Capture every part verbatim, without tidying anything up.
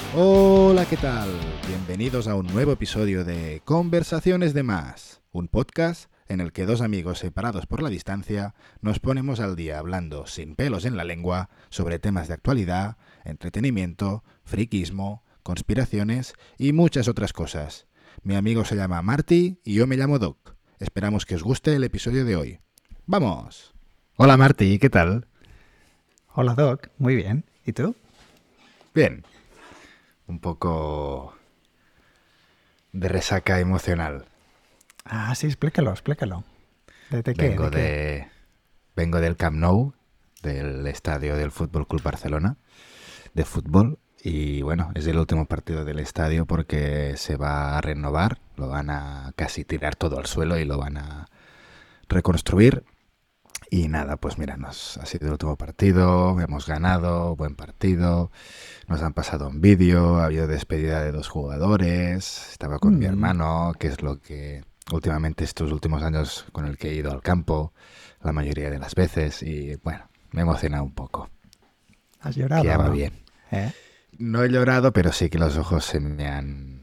Hola, ¿qué tal? Bienvenidos a un nuevo episodio de Conversaciones de Más, un podcast en el que dos amigos separados por la distancia nos ponemos al día hablando sin pelos en la lengua sobre temas de actualidad, entretenimiento, friquismo, conspiraciones y muchas otras cosas. Mi amigo se llama Marty y yo me llamo Doc. Esperamos que os guste el episodio de hoy. ¡Vamos! Hola Marty, ¿qué tal? Hola Doc, muy bien. ¿Y tú? Bien. Un poco de resaca emocional. Ah, sí, explícalo, explícalo. ¿De, de qué? Vengo ¿De qué? de vengo del Camp Nou, del estadio del Fútbol Club Barcelona, de fútbol. Y bueno, es el último partido del estadio porque se va a renovar, lo van a casi tirar todo al suelo y lo van a reconstruir. Y nada, pues mira, nos ha sido el último partido, hemos ganado, buen partido, nos han pasado un vídeo, ha habido despedida de dos jugadores, estaba con mi Mm, hermano, que es lo que últimamente estos últimos años con el que he ido al campo, la mayoría de las veces, y bueno, me he emocionado un poco, ¿Has que llorado ya o va no? bien. ¿Eh? No he llorado, pero sí que los ojos se me han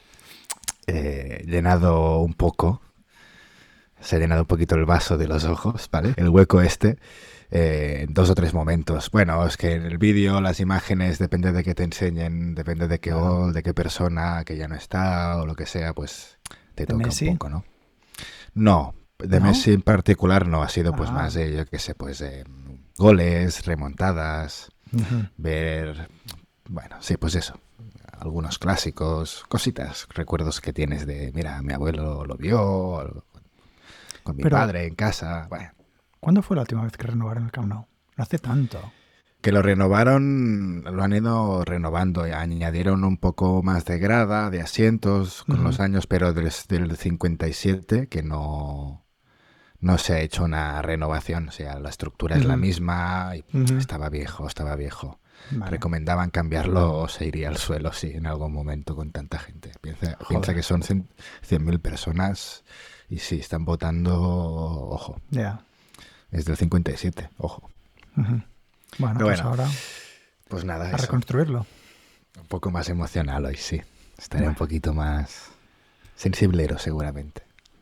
eh, llenado un poco. Se ha llenado un poquito el vaso de los ojos, ¿vale? El hueco este, eh, en dos o tres momentos. Bueno, es que en el vídeo, las imágenes, depende de que te enseñen, depende de qué Claro. gol, de qué persona, que ya no está o lo que sea, pues te ¿De toca Messi? un poco, ¿no? No, de ¿No? Messi en particular no, ha sido pues Ah, más de, yo qué sé, pues de goles, remontadas, ujú. ver, bueno, sí, pues eso. Algunos clásicos, cositas, recuerdos que tienes de, mira, mi abuelo lo vio, con mi Pero, padre en casa, bueno. ¿cuándo fue la última vez que renovaron el Camp Nou? No hace tanto. Que lo renovaron, lo han ido renovando, añadieron un poco más de grada, de asientos con Ujú, los años, pero desde el cincuenta y siete que no, no se ha hecho una renovación, o sea, la estructura es la ujú, misma y ujú. estaba viejo, estaba viejo. Vale. Recomendaban cambiarlo o se iría al suelo, sí, en algún momento con tanta gente. Piensa, piensa Joder. que son cien mil personas y sí, están votando, ojo, Ya. es del cincuenta y siete, ojo. Ujú. Bueno, Pero pues bueno, ahora pues nada, a eso. reconstruirlo. Un poco más emocional hoy, sí. Estaré un Bueno. poquito más sensiblero seguramente.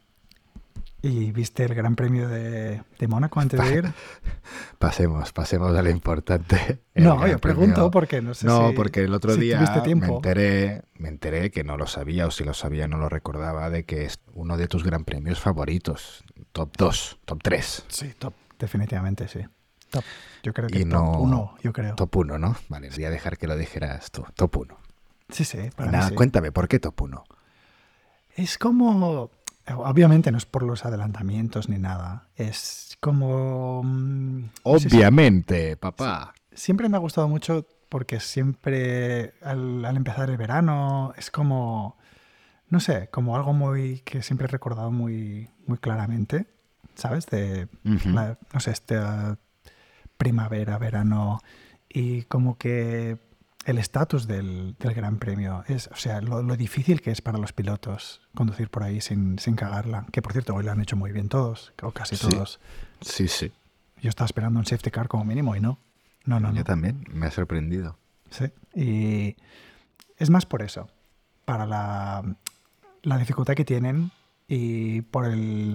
¿Y viste el Gran Premio de, de Mónaco antes de Pa- ir? pasemos, pasemos a lo importante. El No, Gran yo pregunto Premio. porque no sé No, si, porque el otro si tuviste día me tiempo. enteré, me enteré que no lo sabía, o si lo sabía no lo recordaba, de que es uno de tus Gran Premios favoritos. Top dos, top tres. Sí, top. Definitivamente sí. Top. Yo creo que Y top no uno, yo creo. top uno, ¿no? Vale, voy a dejar que lo dijeras tú. Top uno. Sí, sí, Y para mí nada, sí. cuéntame, ¿por qué top uno? Es como... Obviamente no es por los adelantamientos ni nada. Es como... mm, No sé si... Obviamente, sí, papá. siempre me ha gustado mucho porque siempre al, al empezar el verano es como... No sé, como algo muy que siempre he recordado muy, muy claramente, ¿sabes? De, Ujú. la, no sé, esta primavera, verano, y como que el estatus del, del Gran Premio es, o sea, lo, lo difícil que es para los pilotos conducir por ahí sin, sin cagarla. Que por cierto, hoy lo han hecho muy bien todos, o casi Sí, todos. sí, sí. Yo estaba esperando un safety car como mínimo y no. No, no, Yo no. también, me ha sorprendido. Sí. Y es más por eso, para la, la dificultad que tienen y por el,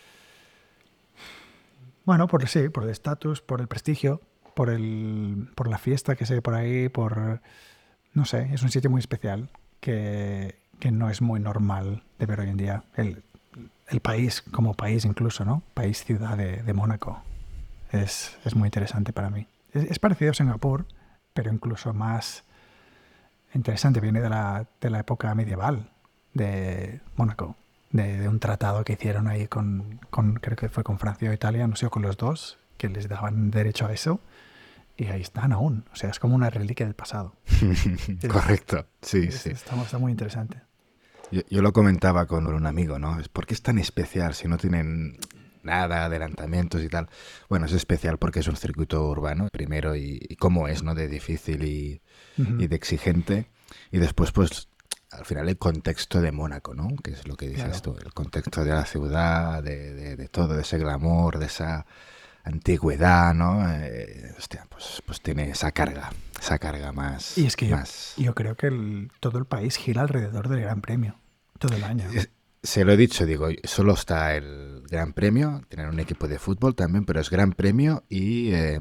bueno, por sí, por el estatus, por el prestigio, por el, por la fiesta que se ve por ahí, por, no sé, es un sitio muy especial que, que no es muy normal de ver hoy en día. El, el país, como país incluso, ¿no? País ciudad de, de Mónaco. Es, es muy interesante para mí. Es, es parecido a Singapur, pero incluso más interesante. Viene de la, de la época medieval de Mónaco. De, de un tratado que hicieron ahí con, con, creo que fue con Francia o Italia, no sé, o con los dos, que les daban derecho a eso. Y ahí están aún. O sea, es como una reliquia del pasado. Es, Correcto, sí, es- sí. está, está muy interesante. Yo, yo lo comentaba con un amigo, ¿no? Es ¿por qué es tan especial si no tienen nada, adelantamientos y tal? Bueno, es especial porque es un circuito urbano, primero, y, y cómo es, ¿no? De difícil y, y Ujú, de exigente. Y después, pues, al final el contexto de Mónaco, ¿no? Que es lo que dices claro. tú, el contexto de la ciudad, de, de, de todo, de ese glamour, de esa antigüedad, ¿no? Eh, hostia, pues, pues tiene esa carga, esa carga más... Y es que yo, más... yo creo que el- todo el país gira alrededor del Gran Premio, todo el año. Es- Se lo he dicho, digo, solo está el Gran Premio, tienen un equipo de fútbol también, pero es Gran Premio y, eh,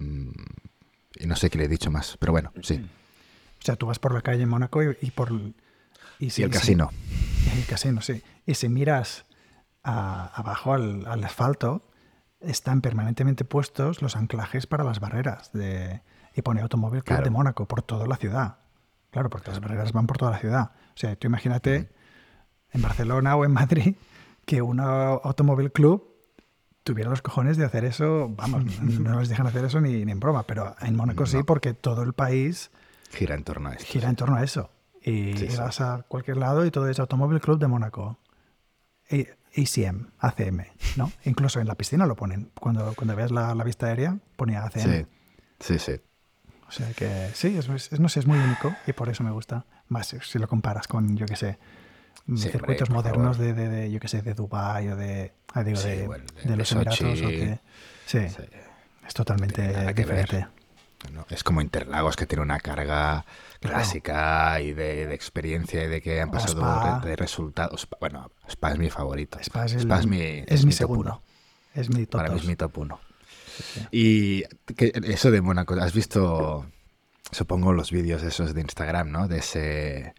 y no sé qué le he dicho más, pero bueno, sí. O sea, tú vas por la calle en Mónaco y, y por... Y, si- Y el y si- casino. el casino, sí. Y si miras a- abajo al, al asfalto, están permanentemente puestos los anclajes para las barreras. De, y pone Automóvil Club de Claro. Mónaco por toda la ciudad. Claro, porque las barreras van por toda la ciudad. O sea, tú imagínate en Barcelona o en Madrid que un Automóvil Club tuviera los cojones de hacer eso. Vamos, no les dejan hacer eso ni, ni en broma. Pero en Mónaco sí, No. porque todo el país Gira en torno a esto. gira en torno a eso. Y Sí, sí. vas a cualquier lado y todo es Automóvil Club de Mónaco. A- ACM, A C M, ¿no? Incluso en la piscina lo ponen. Cuando, cuando veas la, la vista aérea, ponía A C M. Sí, sí, sí. O sea que sí, es, es- no sé, es muy único y por eso me gusta. Más si si lo comparas con, yo qué sé, Sí, circuitos hombre, por modernos favor. de, de, de, yo qué sé, de Dubái o de, ah, digo, Sí, de, bueno, de- de de los Sochi. Emiratos. O que, sí, Sí. es totalmente tiene nada que ver. diferente. No, es como Interlagos, que tiene una carga Claro. clásica y de, de experiencia y de que han O pasado Spa. re- de resultados. Spa- Bueno, Spa es mi favorito. Spa es, el- Spa es mi, es es mi mi top segundo. uno. Es mi top Para mí es dos. mi top uno. Sí, sí. Y que, eso de Mónaco, ¿has visto, supongo, los vídeos esos de Instagram, ¿no? De ese,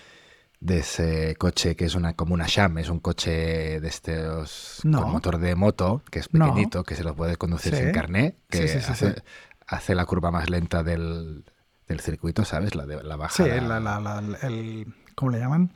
de ese coche que es una como una Sham, es un coche de estos No. con motor de moto, que es No. pequeñito, que se lo puede conducir Sí. sin carné, que Sí, sí, sí, hace, sí. hace la curva más lenta del, del circuito, ¿sabes? La, de, la Sí, bajada. la, la, la, el, ¿cómo le llaman?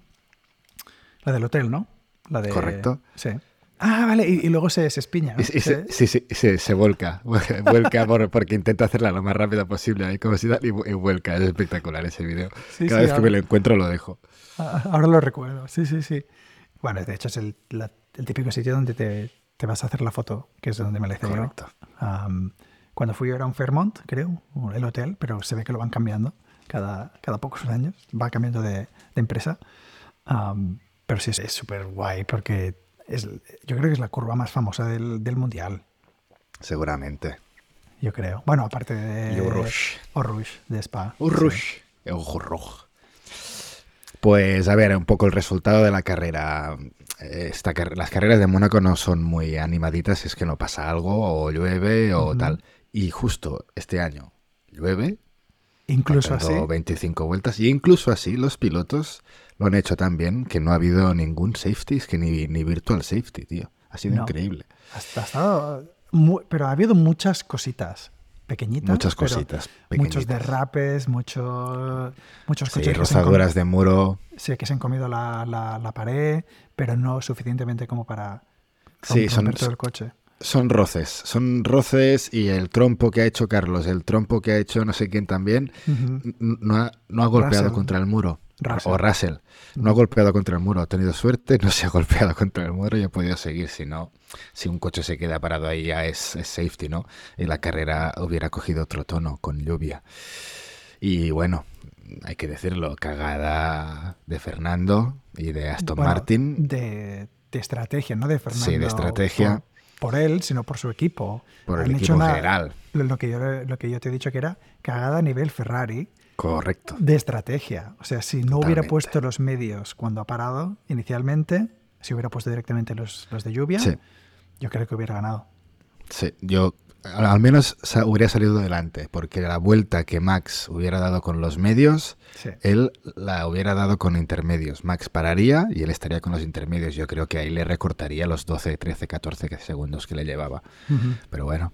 La del hotel, ¿no? La de... Correcto. Sí. Ah, vale, y, y luego se, se espiña. Y, y se, sí, sí, sí, se vuelca, vuelca por- porque intenta hacerla lo más rápido posible, ahí como si tal, y, vu- y vuelca. Es espectacular ese video. Sí, Cada sí, vez que ahora- me lo encuentro lo dejo. Ah, ahora lo recuerdo, sí, sí, sí. Bueno, de hecho es el, la- el típico sitio donde te, te vas a hacer la foto, que es donde me la hice yo. Correcto. Am, cuando fui yo era un Fairmont, creo, o el hotel, pero se ve que lo van cambiando cada, cada pocos años, va cambiando de, de empresa. Am, pero sí, es- es súper guay porque es, yo creo que es la curva más famosa del, del mundial, Seguramente. yo creo. Bueno, aparte de... Y Urush. Urush, de Spa. Sí. Urrush. Urruj. Pues a ver, un poco el resultado de la carrera. Esta, car- las carreras de Mónaco no son muy animaditas si es que no pasa algo o llueve o Ujú. tal. Y justo este año llueve, Incluso así. faltando veinticinco vueltas, y incluso así los pilotos lo han hecho tan bien que no ha habido ningún safety, es que ni, ni virtual safety, tío. Ha sido No. increíble. Hasta ha estado mu- pero ha habido muchas cositas pequeñitas. Muchas pero cositas. Muchos pequeñitas. derrapes, muchos, muchos Sí, coches que se, han comido, rozaduras de muro. sí, que se han comido la, la- la pared, pero no suficientemente como para Sí, rom- son- romper todo el coche. Son roces, son roces y el trompo que ha hecho Carlos, el trompo que ha hecho no sé quién también, Ujú. n- no ha, no ha golpeado Russell. contra el muro. Russell. O Russell. No ha golpeado contra el muro. Ha tenido suerte, no se ha golpeado contra el muro y ha podido seguir. Si no, si un coche se queda parado ahí ya es, es safety, ¿no? Y la carrera hubiera cogido otro tono con lluvia. Y bueno, hay que decirlo, cagada de Fernando y de Aston Bueno, Martin. De, de estrategia, no de Fernando. Sí, de estrategia. Por, por él, sino por su equipo. Por el Han equipo hecho en una- general. Lo, lo que yo, lo que yo te he dicho que era cagada a nivel Ferrari. Correcto. De estrategia. O sea, si no hubiera Totalmente. puesto los medios cuando ha parado inicialmente, si hubiera puesto directamente los, los de lluvia, Sí. yo creo que hubiera ganado. Sí, yo al al menos sa- hubiera salido adelante, porque la vuelta que Max hubiera dado con los medios, Sí. él la hubiera dado con intermedios. Max pararía y él estaría con los intermedios. Yo creo que ahí le recortaría los doce, trece, catorce segundos que le llevaba. Ujú. Pero bueno.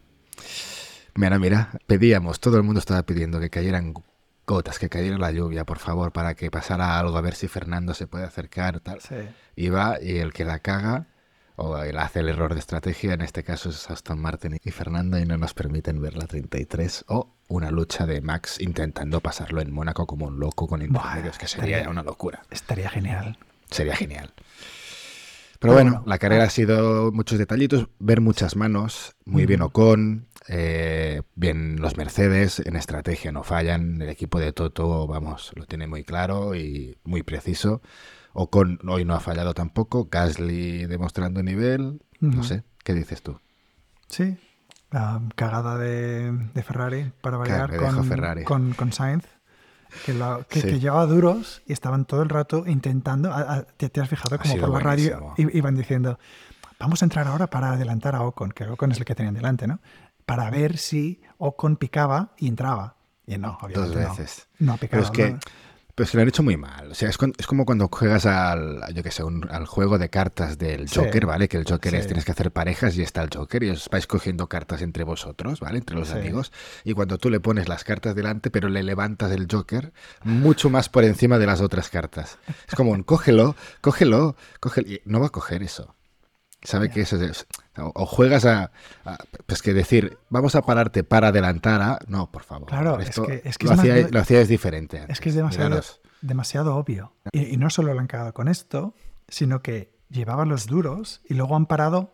Mira, mira, pedíamos, todo el mundo estaba pidiendo que cayeran gotas, que cayera la lluvia, por favor, para que pasara algo, a ver si Fernando se puede acercar, tal. Sí. Y va, y el que la caga, o él hace el error de estrategia, en este caso es Aston Martin y Fernando, y no nos permiten ver la treinta y tres, o una lucha de Max intentando pasarlo en Mónaco como un loco con intermedios, Buah, que sería estaría- una locura. Estaría genial. Sería genial. Pero Pero bueno, bueno, la carrera ah. ha sido muchos detallitos, ver muchas manos, muy bien Ujú. Ocon, eh, bien los Mercedes, en estrategia no fallan, el equipo de Toto, vamos, lo tiene muy claro y muy preciso. Ocon hoy no ha fallado tampoco, Gasly demostrando nivel, no Ujú. sé, ¿qué dices tú? Sí. La cagada de, de Ferrari para variar Claro, dejó con, Ferrari. con, con Sainz, que, lo- que, Sí. que llevaba duros y estaban todo el rato intentando. a- a- ¿Te, te has fijado Ha como sido por la radio buenísimo. i- iban diciendo, vamos a entrar ahora para adelantar a Ocon, que Ocon es el que tenían delante, ¿no? Para ver si Ocon picaba y entraba. Y no, Dos obviamente no. veces. No ha Pero es picado. que, No. pero es que lo han hecho muy mal. O sea, es, con- es como cuando juegas al, yo qué sé, un- al juego de cartas del Sí, Joker, ¿vale? Que el Joker es, sí, tienes que hacer parejas y está el Joker y os vais cogiendo cartas entre vosotros, ¿vale? Entre los sí. amigos. Y cuando tú le pones las cartas delante, pero le levantas el Joker mucho más por encima de las otras cartas. Es como un, cógelo, cógelo, cógelo. Y no va a coger eso. Sabe Ya. que eso es... O o juegas a, a- Pues que decir, vamos a pararte para adelantar a... No, por favor. Claro, es esto que- es que lo, es más hacía, de- lo hacíais diferente Es que antes. es demasiado, Miraros. demasiado obvio. Y, y no solo lo han cagado con esto, sino que llevaban los duros y luego han parado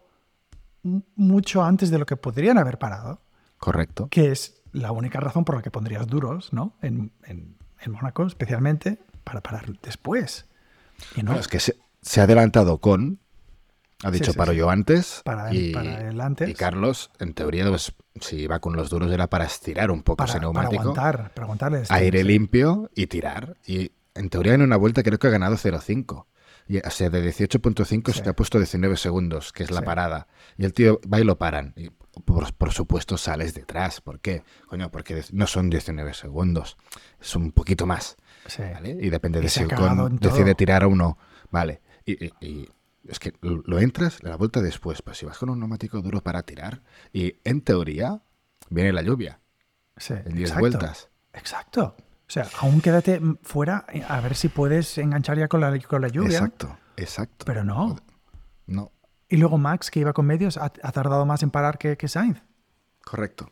m- mucho antes de lo que podrían haber parado, Correcto. que es la única razón por la que pondrías duros, ¿no? En, en, en Mónaco, especialmente, para parar después. Y no, Bueno, es que se, se ha adelantado con... Ha Sí, dicho sí, paro sí. yo antes. para, y, para el antes, y Carlos, en teoría, pues, si iba con los duros era para estirar un poco ese para, para neumático. aguantar, para aguantarle este- Aire sí. limpio y tirar. Y en teoría en una vuelta creo que ha ganado cero coma cinco. Y, o sea, de dieciocho punto cinco Sí. se te ha puesto diecinueve segundos, que es la Sí. parada. Y el tío va y lo paran. Y por, por supuesto sales detrás. ¿Por qué? Coño, porque no son diecinueve segundos. Es un poquito más. Sí. ¿Vale? Y depende Y de se si ha cagado Ocon en todo. decide tirar o no. Vale. Y, y- y es que lo entras la vuelta después. Pues si vas con un neumático duro para tirar. Y en teoría viene la lluvia. Sí, En diez exacto. vueltas. Exacto. O sea, aún quédate mm, fuera eh, a ver si puedes enganchar ya con la, con la lluvia. Exacto. Exacto. Pero no. No. Y luego Max, que iba con medios, ha, ha tardado más en parar que, que Sainz. Correcto.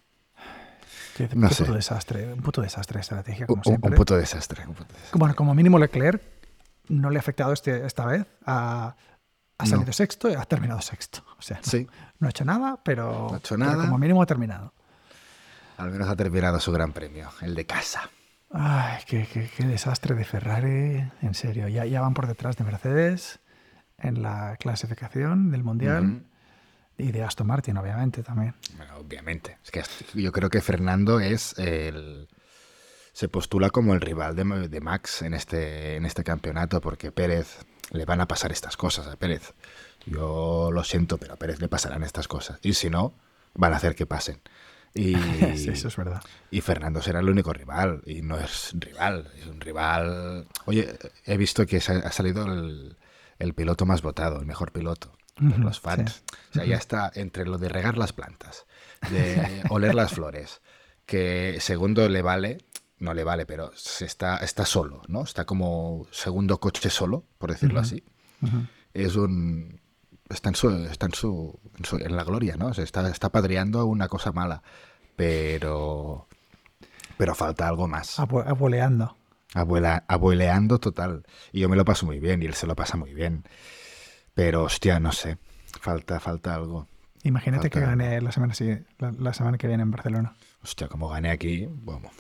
Qué, No qué sé. puto desastre. Un puto desastre de estrategia, Un, como un- siempre. un puto desastre. Un puto desastre. Bueno, como mínimo Leclerc no le ha afectado este, esta vez. Ha, ha salido No. sexto y ha terminado sexto. O sea, no, Sí. no ha hecho nada, pero, No ha hecho pero nada. como mínimo ha terminado. Al menos ha terminado su gran premio, el de casa. Ay, qué, qué- qué desastre de Ferrari. En serio, ya, ya van por detrás de Mercedes en la clasificación del Mundial. Ujú. Y de Aston Martin, obviamente, también. Bueno, obviamente. Es que yo creo que Fernando es el... Se postula como el rival de, de Max en este, en este campeonato porque Pérez le van a pasar estas cosas a Pérez. Yo lo siento, pero a Pérez le pasarán estas cosas. Y si no, van a hacer que pasen. Y, Sí, eso es verdad. y Fernando será el único rival. Y no es rival, es un rival... Oye, he visto que se ha ha salido el, el piloto más votado, el mejor piloto. Por Ujú, los fans. sí. O sea, ya está entre lo de regar las plantas, de oler las flores, que segundo le vale, no le vale, pero se está, está solo, ¿no? Está como segundo coche solo, por decirlo Ujú. así. Ujú. Es un... Está en su, está en su, en su- en la gloria, ¿no? Se está, está padreando una cosa mala, pero... Pero falta algo más. Abue- Abueleando. Abuela, abueleando total. Y yo me lo paso muy bien y él se lo pasa muy bien. Pero, hostia, no sé. Falta, falta algo. Imagínate Falta que algo. gane la semana, sigue- la, la semana que viene en Barcelona. Hostia, como gané aquí, vamos.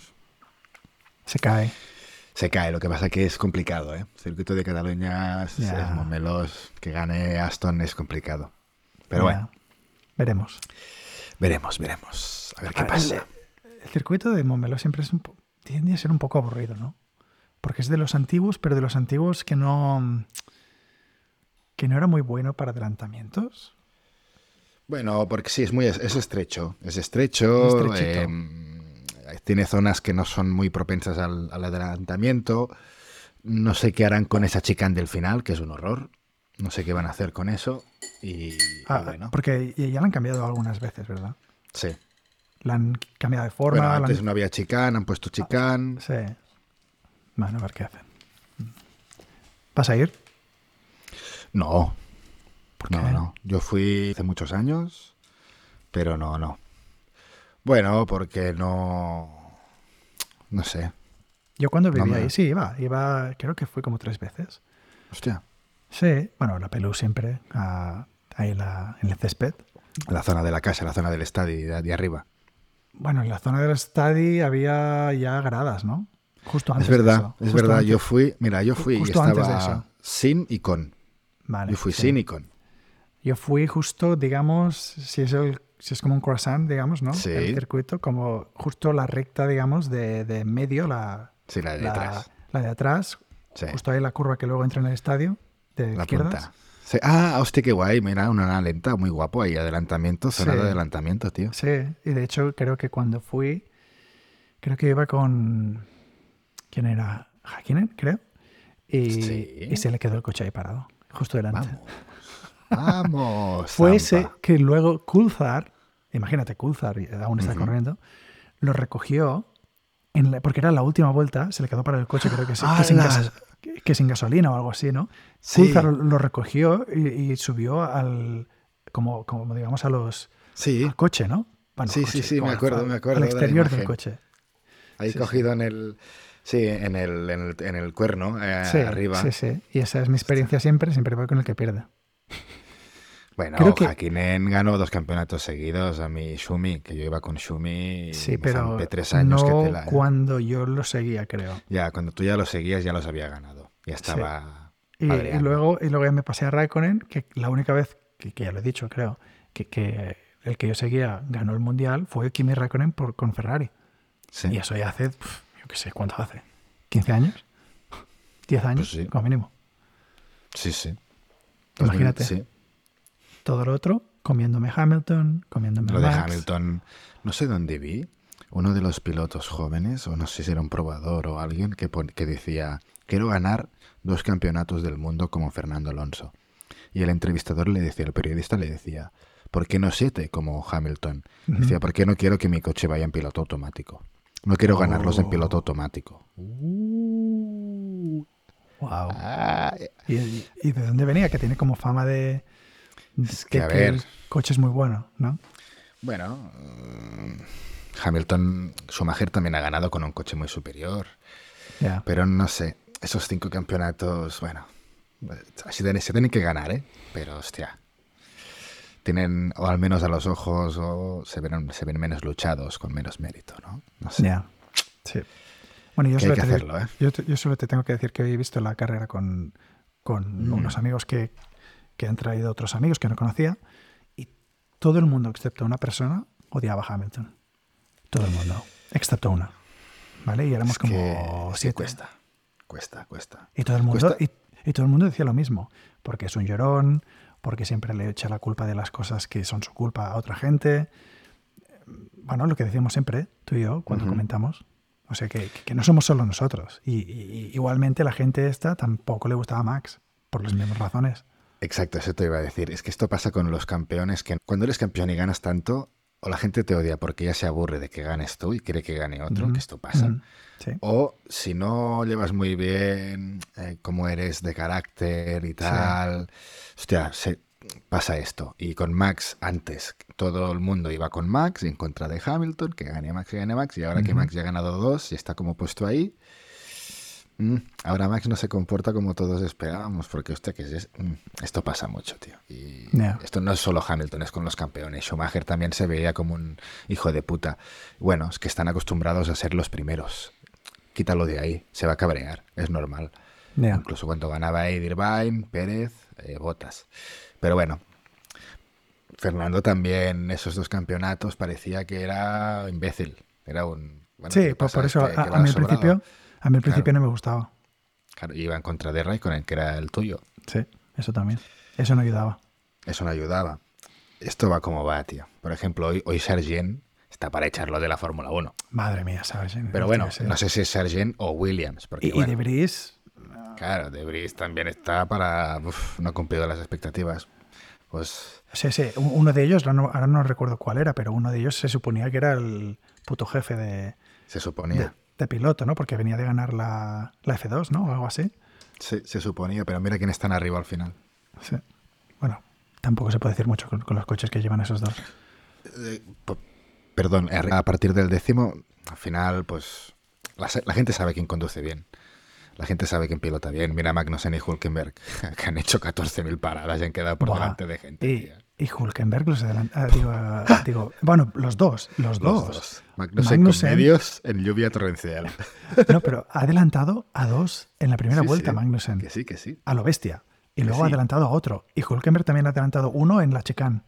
Se cae. Se cae. Lo que pasa que es complicado, ¿eh? Circuito de Cataluña, es- Ya. es Montmelós, que gane Aston es complicado. Pero Ya. bueno, Veremos. veremos, veremos. A ver qué Ah, pasa. El, el circuito de Montmeló siempre es un po- tiende a ser un poco aburrido, ¿no? Porque es de los antiguos, pero de los antiguos que no que no era muy bueno para adelantamientos. Bueno, porque sí, es muy es estrecho. Es estrecho. Estrechito. eh, tiene zonas que no son muy propensas al, al adelantamiento. No sé qué harán con esa chicane del final, que es un horror. No sé qué van a hacer con eso. Y, y Ah, bueno, Porque ya la han cambiado algunas veces, ¿verdad? sí. La han cambiado de forma. Bueno, la han- antes no había chicane, han puesto chicane. Sí. Bueno, a ver qué hacen. ¿Vas a ir? No, ¿Por no, qué? no. Yo fui hace muchos años, pero no, no. Bueno, porque no... No sé. Yo cuando No vivía me- ahí, sí, iba. Iba, creo que fue como tres veces. Hostia. Sí, bueno, la pelú siempre, ah, ahí en, la- en el césped. La zona de la casa, la zona del estadio de, de arriba. Bueno, en la zona del estadio había ya gradas, ¿no? Justo antes Es verdad, de eso. es Justo verdad. antes. Yo fui, mira, yo Ju- fui y justo antes de estaba eso. sin y con. Vale, Yo fui sí. sin y con. Yo fui justo, digamos, si es el, si es como un croissant, digamos, ¿no? Sí. El circuito, como justo la recta, digamos, de, de medio, la, Sí, la de la, atrás. la de atrás, Sí. justo ahí la curva que luego entra en el estadio, de La izquierdas. punta. Sí. Ah, hostia, qué guay. Mira, una lenta, muy guapo ahí. Adelantamiento, zona Sí. de adelantamiento, tío. Sí, y de hecho creo que cuando fui, creo que iba con... ¿Quién era? Hakkinen, creo. Y, Sí. y se le quedó el coche ahí parado, justo delante. Vamos. Vamos. Fue Zampa. ese que luego Coulthard, imagínate, Coulthard aún está Ujú. corriendo, lo recogió, en la- porque era la última vuelta, se le quedó para el coche, creo que, sí- que, sin, ¡Hala! gas- que- que sin gasolina o algo así, ¿no? Sí. Coulthard lo recogió y, y subió al, como, como digamos, a los, Sí. al coche, ¿no? Bueno, Sí, coche, sí, sí, como me al- acuerdo, al- me acuerdo Al de la exterior del imagen. coche. Ahí Sí, cogido en el... Sí, en el, en el, en el cuerno, eh, Sí, arriba. sí, sí. Y esa es mi experiencia siempre, siempre voy con el que pierde. Bueno, Creo que- Hakkinen ganó dos campeonatos seguidos. A mi Schumi, que yo iba con Schumi. y Sí, me pero zampé tres años no que tela, ¿eh? cuando yo lo seguía, creo. Ya, cuando tú ya lo seguías, ya los había ganado. Ya estaba Y, y padreando. luego, y luego ya me pasé a Raikkonen, que la única vez, que, que ya lo he dicho, creo, que, que el que yo seguía ganó el Mundial fue Kimi Raikkonen por, con Ferrari. Sí. Y eso ya hace, pf, yo qué sé, ¿cuánto hace? ¿quince años? ¿diez años? Pues sí. Como mínimo. Sí, sí. Imagínate. Sí. Todo lo otro, comiéndome Hamilton, comiéndome Lo de Max. Hamilton, no sé dónde vi, uno de los pilotos jóvenes, o no sé si era un probador o alguien, que, pon- que decía, quiero ganar dos campeonatos del mundo como Fernando Alonso. Y el entrevistador le decía, el periodista le decía, ¿por qué no siete como Hamilton? Ujú. Decía, ¿por qué no quiero que mi coche vaya en piloto automático? No quiero ganarlos en piloto Oh. automático. Wow. Ah, ¿Y, y- y de dónde venía? Que tiene como fama de, Es que, de a ver. el coche es muy bueno, ¿no? bueno, mm, Hamilton, Schumacher también ha ganado con un coche muy superior. Ya. Pero no sé, esos cinco campeonatos, bueno, así tienen- se tienen que ganar, ¿eh? Pero, hostia, tienen, o al menos a los ojos, o se ven, se ven menos luchados, con menos mérito, ¿no? No sé. Ya. Sí. Bueno, yo Que hay solo, que te, hacerlo, ¿eh? yo, te- yo solo te tengo que decir que hoy he visto la carrera con, con Mm. unos amigos que, que han traído otros amigos que no conocía y todo el mundo, excepto una persona, odiaba a Hamilton. Todo el mundo, excepto una. ¿Vale? Y éramos Es que- como es que siete. cuesta, cuesta, cuesta. Y todo el mundo, Cuesta- y, y todo el mundo decía lo mismo, porque es un llorón, porque siempre le echa la culpa de las cosas que son su culpa a otra gente. Bueno, lo que decíamos siempre, tú y yo, cuando Ujú. comentamos. O sea, que, que no somos solo nosotros. Y, y- y igualmente la gente esta tampoco le gustaba a Max, por las mismas razones. Exacto, eso te iba a decir. Es que esto pasa con los campeones, que cuando eres campeón y ganas tanto, o la gente te odia porque ya se aburre de que ganes tú y quiere que gane otro, Ujú, que esto pasa. ujú, sí. O si no llevas muy bien eh, cómo eres de carácter y tal, hostia, se, pasa esto. Y con Max antes todo el mundo iba con Max y en contra de Hamilton, que gane Max, que gane Max, y ahora que Ujú. Max ya ha ganado dos y está como puesto ahí, mm, ahora Max no se comporta como todos esperábamos, porque hostia, que es, mm, esto pasa mucho, tío. Y Ya. esto no es solo Hamilton, es con los campeones. Schumacher también se veía como un hijo de puta. Bueno, es que están acostumbrados a ser los primeros. Quítalo de ahí, se va a cabrear, es normal. Ya. Incluso cuando ganaba Eddie Irvine, Pérez, eh, Bottas. Pero bueno, Fernando también, esos dos campeonatos, parecía que era imbécil. Era un... Bueno, Sí, ¿qué por, pasa? por eso Este, a, que a va mí al sobrado. principio, a mí al principio Claro. no me gustaba. Claro, iba en contra de Raikkonen, que era el tuyo. Sí, eso también. Eso no ayudaba. Eso no ayudaba. Esto va como va, tío. Por ejemplo, hoy, hoy Sargent está para echarlo de la Fórmula uno. Madre mía, ¿sabes? Pero No bueno, tiene que ser. no sé si es Sargent o Williams. Porque, Y, y bueno, de Vries, claro, De Vries también está para... Uf, no ha cumplido las expectativas. Pues sí, sí, un- uno de ellos, ahora no, ahora no recuerdo cuál era, pero uno de ellos se suponía que era el puto jefe de, se de, suponía. de piloto, ¿no? Porque venía de ganar la, la F dos, ¿no? O algo así. Se, se suponía, pero mira quién están arriba al final. Sí. Bueno, tampoco se puede decir mucho con, con los coches que llevan esos dos. Eh, po- perdón, a a partir del décimo, al final, pues la, se- la gente sabe quién conduce bien. La gente sabe quién pilota bien. Mira Magnussen y Hülkenberg, que han hecho catorce mil paradas y han quedado por Buah. delante de gente. Y, tío. y Hülkenberg los adelanta. digo, ah, digo, bueno, los dos, los, Los dos. dos. Magnussen, Magnussen- con medios en lluvia torrencial. No, pero ha adelantado a dos en la primera Sí, vuelta, sí. Magnussen. Que sí, que sí. A lo bestia. Y Que luego ha sí. adelantado a otro. Y Hülkenberg también ha adelantado uno en la chicane.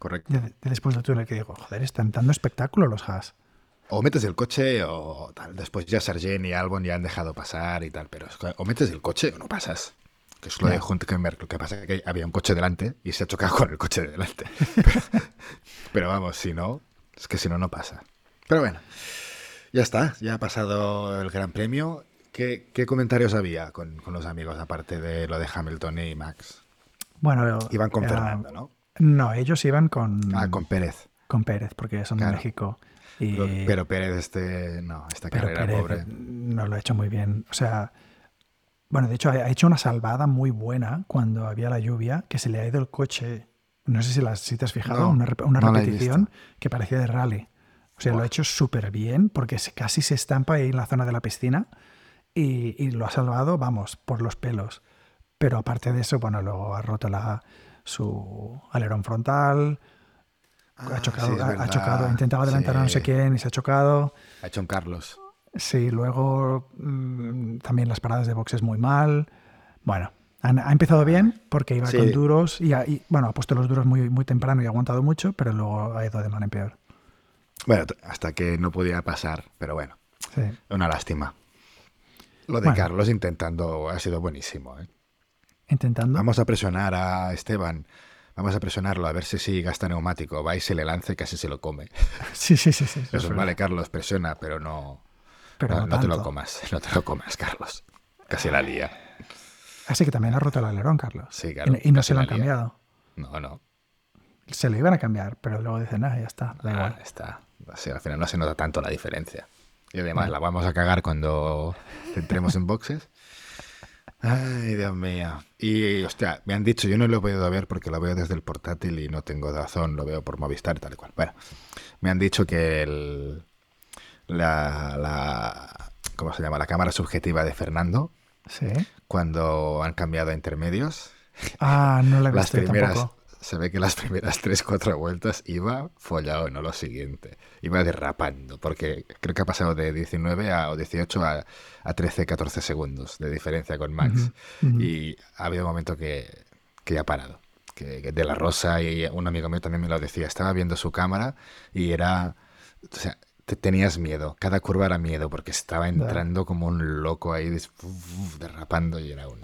correcto. de, de después del túnel que digo, joder, están dando espectáculo los Haas. O metes el coche o tal. Después ya Sargent y Albon ya han dejado pasar y tal. Pero es que o metes el coche o no pasas. Que es lo Ya. de Hülkenberg. Lo que pasa es que había un coche delante y se ha chocado con el coche de delante. Pero, pero vamos, si no, es que si no, no pasa. Pero bueno, ya está. Ya ha pasado el Gran Premio. ¿Qué, qué comentarios había con, con los amigos, aparte de lo de Hamilton y Max? Bueno, Iban con eh, Fernando, ¿no? no, ellos iban con, Ah, con Pérez. con Pérez, porque son de Claro. México. Y, Pero, pero Pérez, este, no, esta pero carrera, Pérez pobre. no lo ha hecho muy bien. O sea, bueno, de hecho ha ha hecho una salvada muy buena cuando había la lluvia, que se le ha ido el coche. No sé si, las, si te has fijado, No, una, rep- una no la he repetición visto. que parecía de rally. O sea, lo Buah. ha hecho súper bien porque se- casi se estampa ahí en la zona de la piscina y, y lo ha salvado, vamos, por los pelos. Pero aparte de eso, bueno, luego ha roto la, su alerón frontal, ha Ah, sí, chocado, es ha, ha chocado, ha verdad. intentado Sí. adelantar a no sé quién y se ha chocado. Ha hecho un Carlos. Sí, luego mm, también las paradas de boxes muy mal. Bueno, han- ha empezado Ah, bien porque iba con sí. duros y, ha- y, bueno, ha puesto los duros muy, muy temprano y ha aguantado mucho, pero luego ha ido de mal en peor. Bueno, t- hasta que no podía pasar, pero bueno, Sí. una lástima. Lo de Bueno, Carlos intentando ha sido buenísimo, ¿eh? intentando. Vamos a presionar a Esteban. Vamos a presionarlo a ver si sí gasta neumático. Va y se le lance y casi se lo come. Sí, sí, sí, sí. Eso es Eso, verdad. vale, Carlos, presiona, pero no, Pero no, no no te lo tanto. comas. No te lo comas, Carlos. Casi la lía. Así que también ha roto el alerón, Carlos. Sí, claro. Y, y no casi se lo la han lía. cambiado. No, no. Se lo iban a cambiar, pero luego dicen, nada, ya está, da Ah, igual. está. Sí, al final no se nota tanto la diferencia. Y además Bueno. la vamos a cagar cuando entremos en boxes. Ay, Dios mío. Y, hostia, me han dicho, yo no lo he podido ver porque lo veo desde el portátil y no tengo razón, lo veo por Movistar y tal y cual. Bueno, me han dicho que el, la, la, ¿cómo se llama? La cámara subjetiva de Fernando, Sí. cuando han cambiado a intermedios, Ah, no la he las visto yo primeras, tampoco. se ve que las primeras tres, cuatro vueltas iba follado, no lo siguiente. Iba derrapando, porque creo que ha pasado de diecinueve a, o dieciocho a, a trece, catorce segundos de diferencia con Max. Ujú, ujú. Y ha habido un momento que, que ya ha parado. Que, que de la Rosa y un amigo mío también me lo decía. Estaba viendo su cámara y era... O sea, te tenías miedo. Cada curva era miedo porque estaba Ya. entrando como un loco ahí, des- uf, uf, derrapando y era un...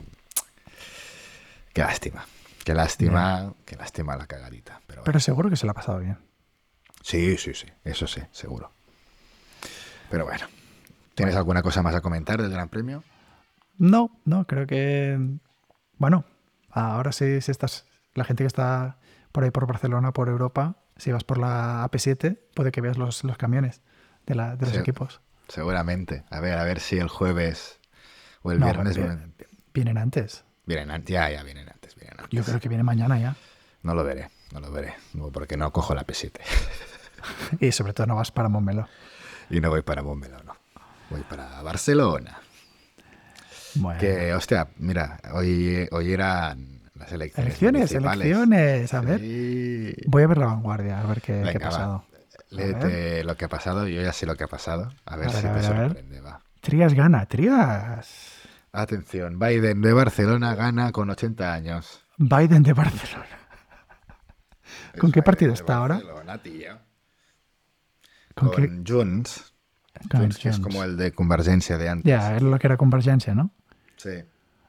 Qué lástima. Qué lástima, qué lástima la cagadita. Pero, bueno. Pero seguro que se lo ha pasado bien. Sí, sí, sí. Eso sí, seguro. Pero bueno. ¿Tienes alguna cosa más a comentar del Gran Premio? No, no, creo que. Bueno, ahora sí, si estás. La gente que está por ahí por Barcelona, por Europa, si vas por la A P siete, puede que veas los, los camiones de, la, de los Sí. equipos. Seguramente. A ver, a ver si el jueves o el No, viernes vi- vienen, vienen antes. vienen antes. Ya, ya vienen antes, vienen antes. Yo creo que viene mañana ya. No lo veré, no lo veré. No, porque no cojo la P siete. Y sobre todo no vas para Montmeló. Y no voy para Montmeló, no. Voy para Barcelona. Bueno. Que, hostia, mira, hoy, hoy eran las elecciones. Elecciones, municipales. elecciones. A ver. Sí. Voy a ver la vanguardia, a ver qué, Venga, qué ha va. pasado. A ver. Léete lo que ha pasado. Yo ya sé lo que ha pasado. A ver A ver, si a te ver, a ver. sorprende, va. Trías gana, Trías. Atención, Biden de Barcelona gana con ochenta años. Biden de Barcelona. ¿Con Es qué Biden partido de está ahora? Barcelona, tío. ¿Con Con, qué? Junts. Con Junts, que es Junts. como el de Convergencia de antes. Ya, es lo que era Convergencia, ¿no? Sí,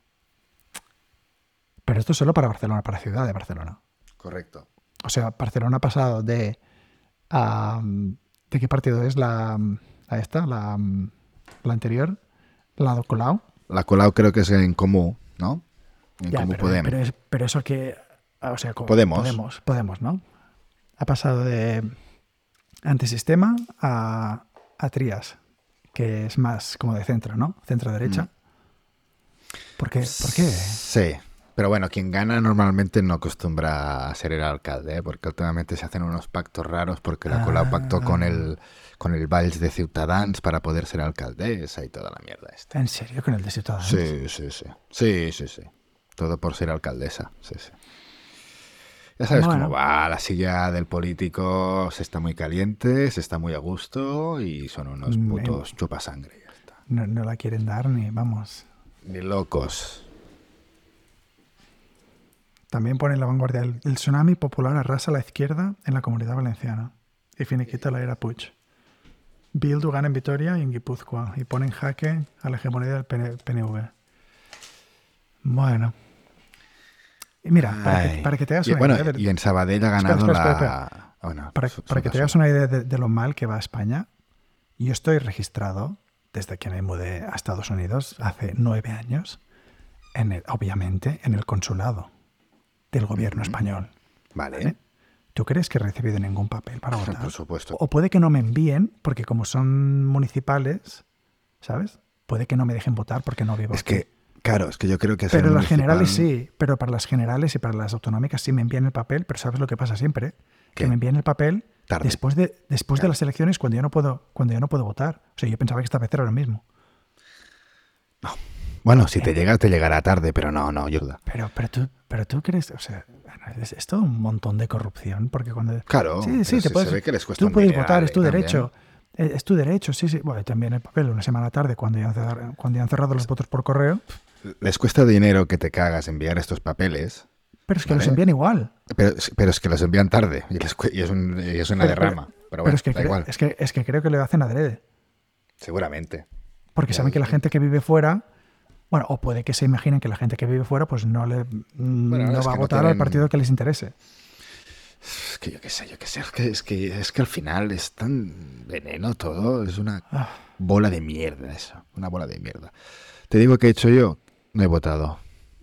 Pero esto es solo para Barcelona, para Ciudad de Barcelona. correcto. O sea, Barcelona ha pasado de... am, ¿de qué partido es la, la esta? La, am, la anterior, la de Colau. La Colau creo que es en Comú, ¿no? En Ya, Comú pero, Podem. pero, es- pero eso que... O sea, co- Podemos. Podemos, Podemos, ¿no? Ha pasado de antisistema a, a Trías, que es más como de centro, ¿no? Centro-derecha. Mm. ¿Por qué? ¿Por qué? Sí, pero bueno, quien gana normalmente no acostumbra a ser el alcalde, ¿eh? Porque últimamente se hacen unos pactos raros porque la Colau pactó con el con el Valls de Ciutadans para poder ser alcaldesa y toda la mierda esta. ¿En serio con el de Ciudadanos? Sí, sí, sí. Sí, sí, sí. Todo por ser alcaldesa. Sí, sí. Ya sabes Bueno. cómo va. La silla del político se está muy caliente, se está muy a gusto y son unos Mm, putos chupasangre. Ya está. No, no la quieren dar ni, vamos. Ni locos. También pone en La Vanguardia, el, el tsunami popular arrasa a la izquierda en la Comunidad Valenciana y finiquita la era Puig. Bildu gana en Vitoria y en Guipúzcoa y pone en jaque a la hegemonía del P N V. Bueno. Y mira, para que, para que te hagas y, una bueno, idea... De... Y en Sabadell ha ganado espera, espera, espera, la... espera. Bueno, para, su, para su, que te su. hagas una idea de, de lo mal que va a España, yo estoy registrado desde que me mudé a Estados Unidos hace nueve años, en el, obviamente en el consulado del gobierno español. Vale. ¿Vale? ¿Tú crees que he recibido ningún papel para votar? Por supuesto. O puede que no me envíen, porque como son municipales, ¿sabes? Puede que no me dejen votar porque no vivo Es aquí. que, claro, es que yo creo que... Pero las municipal... generales sí, pero para las generales y para las autonómicas sí me envían el papel, pero ¿sabes lo que pasa siempre? ¿Qué? Que me envían el papel Tarde. después de después Claro. de las elecciones cuando yo no puedo cuando yo no puedo votar. O sea, yo pensaba que esta vez era lo mismo. No. Bueno, si te llega, te llegará tarde, pero no, no, yo duda. Pero pero tú pero tú crees, o sea, es, es todo un montón de corrupción porque cuando Claro, sí, sí, pero te si puedes, se ve que les cuesta tú un puedes dineral, votar, es tu eh, también. derecho. Eh, Es tu derecho, sí, sí. Bueno, también el papel una semana tarde cuando ya han cerrado, cuando ya han cerrado los votos por correo. Les cuesta dinero que te cagas enviar estos papeles, Pero es que ¿vale? los envían igual. Pero, pero es que los envían tarde y, les cu- y es, un- y es una Pero- derrama. Pero, Pero bueno, es que, da cre- igual, es, que, es que creo que lo hacen adrede. seguramente. Porque Ya, saben que la sí. gente que vive fuera, bueno, o puede que se imaginen que la gente que vive fuera pues no le mm, Bueno, no es va a que no votar tienen- al partido que les interese. Es que yo qué sé, yo qué sé. Es que, es que, es que al final es tan veneno todo. Es una Ah, bola de mierda eso. Una bola de mierda. Te digo que he hecho yo. No he votado.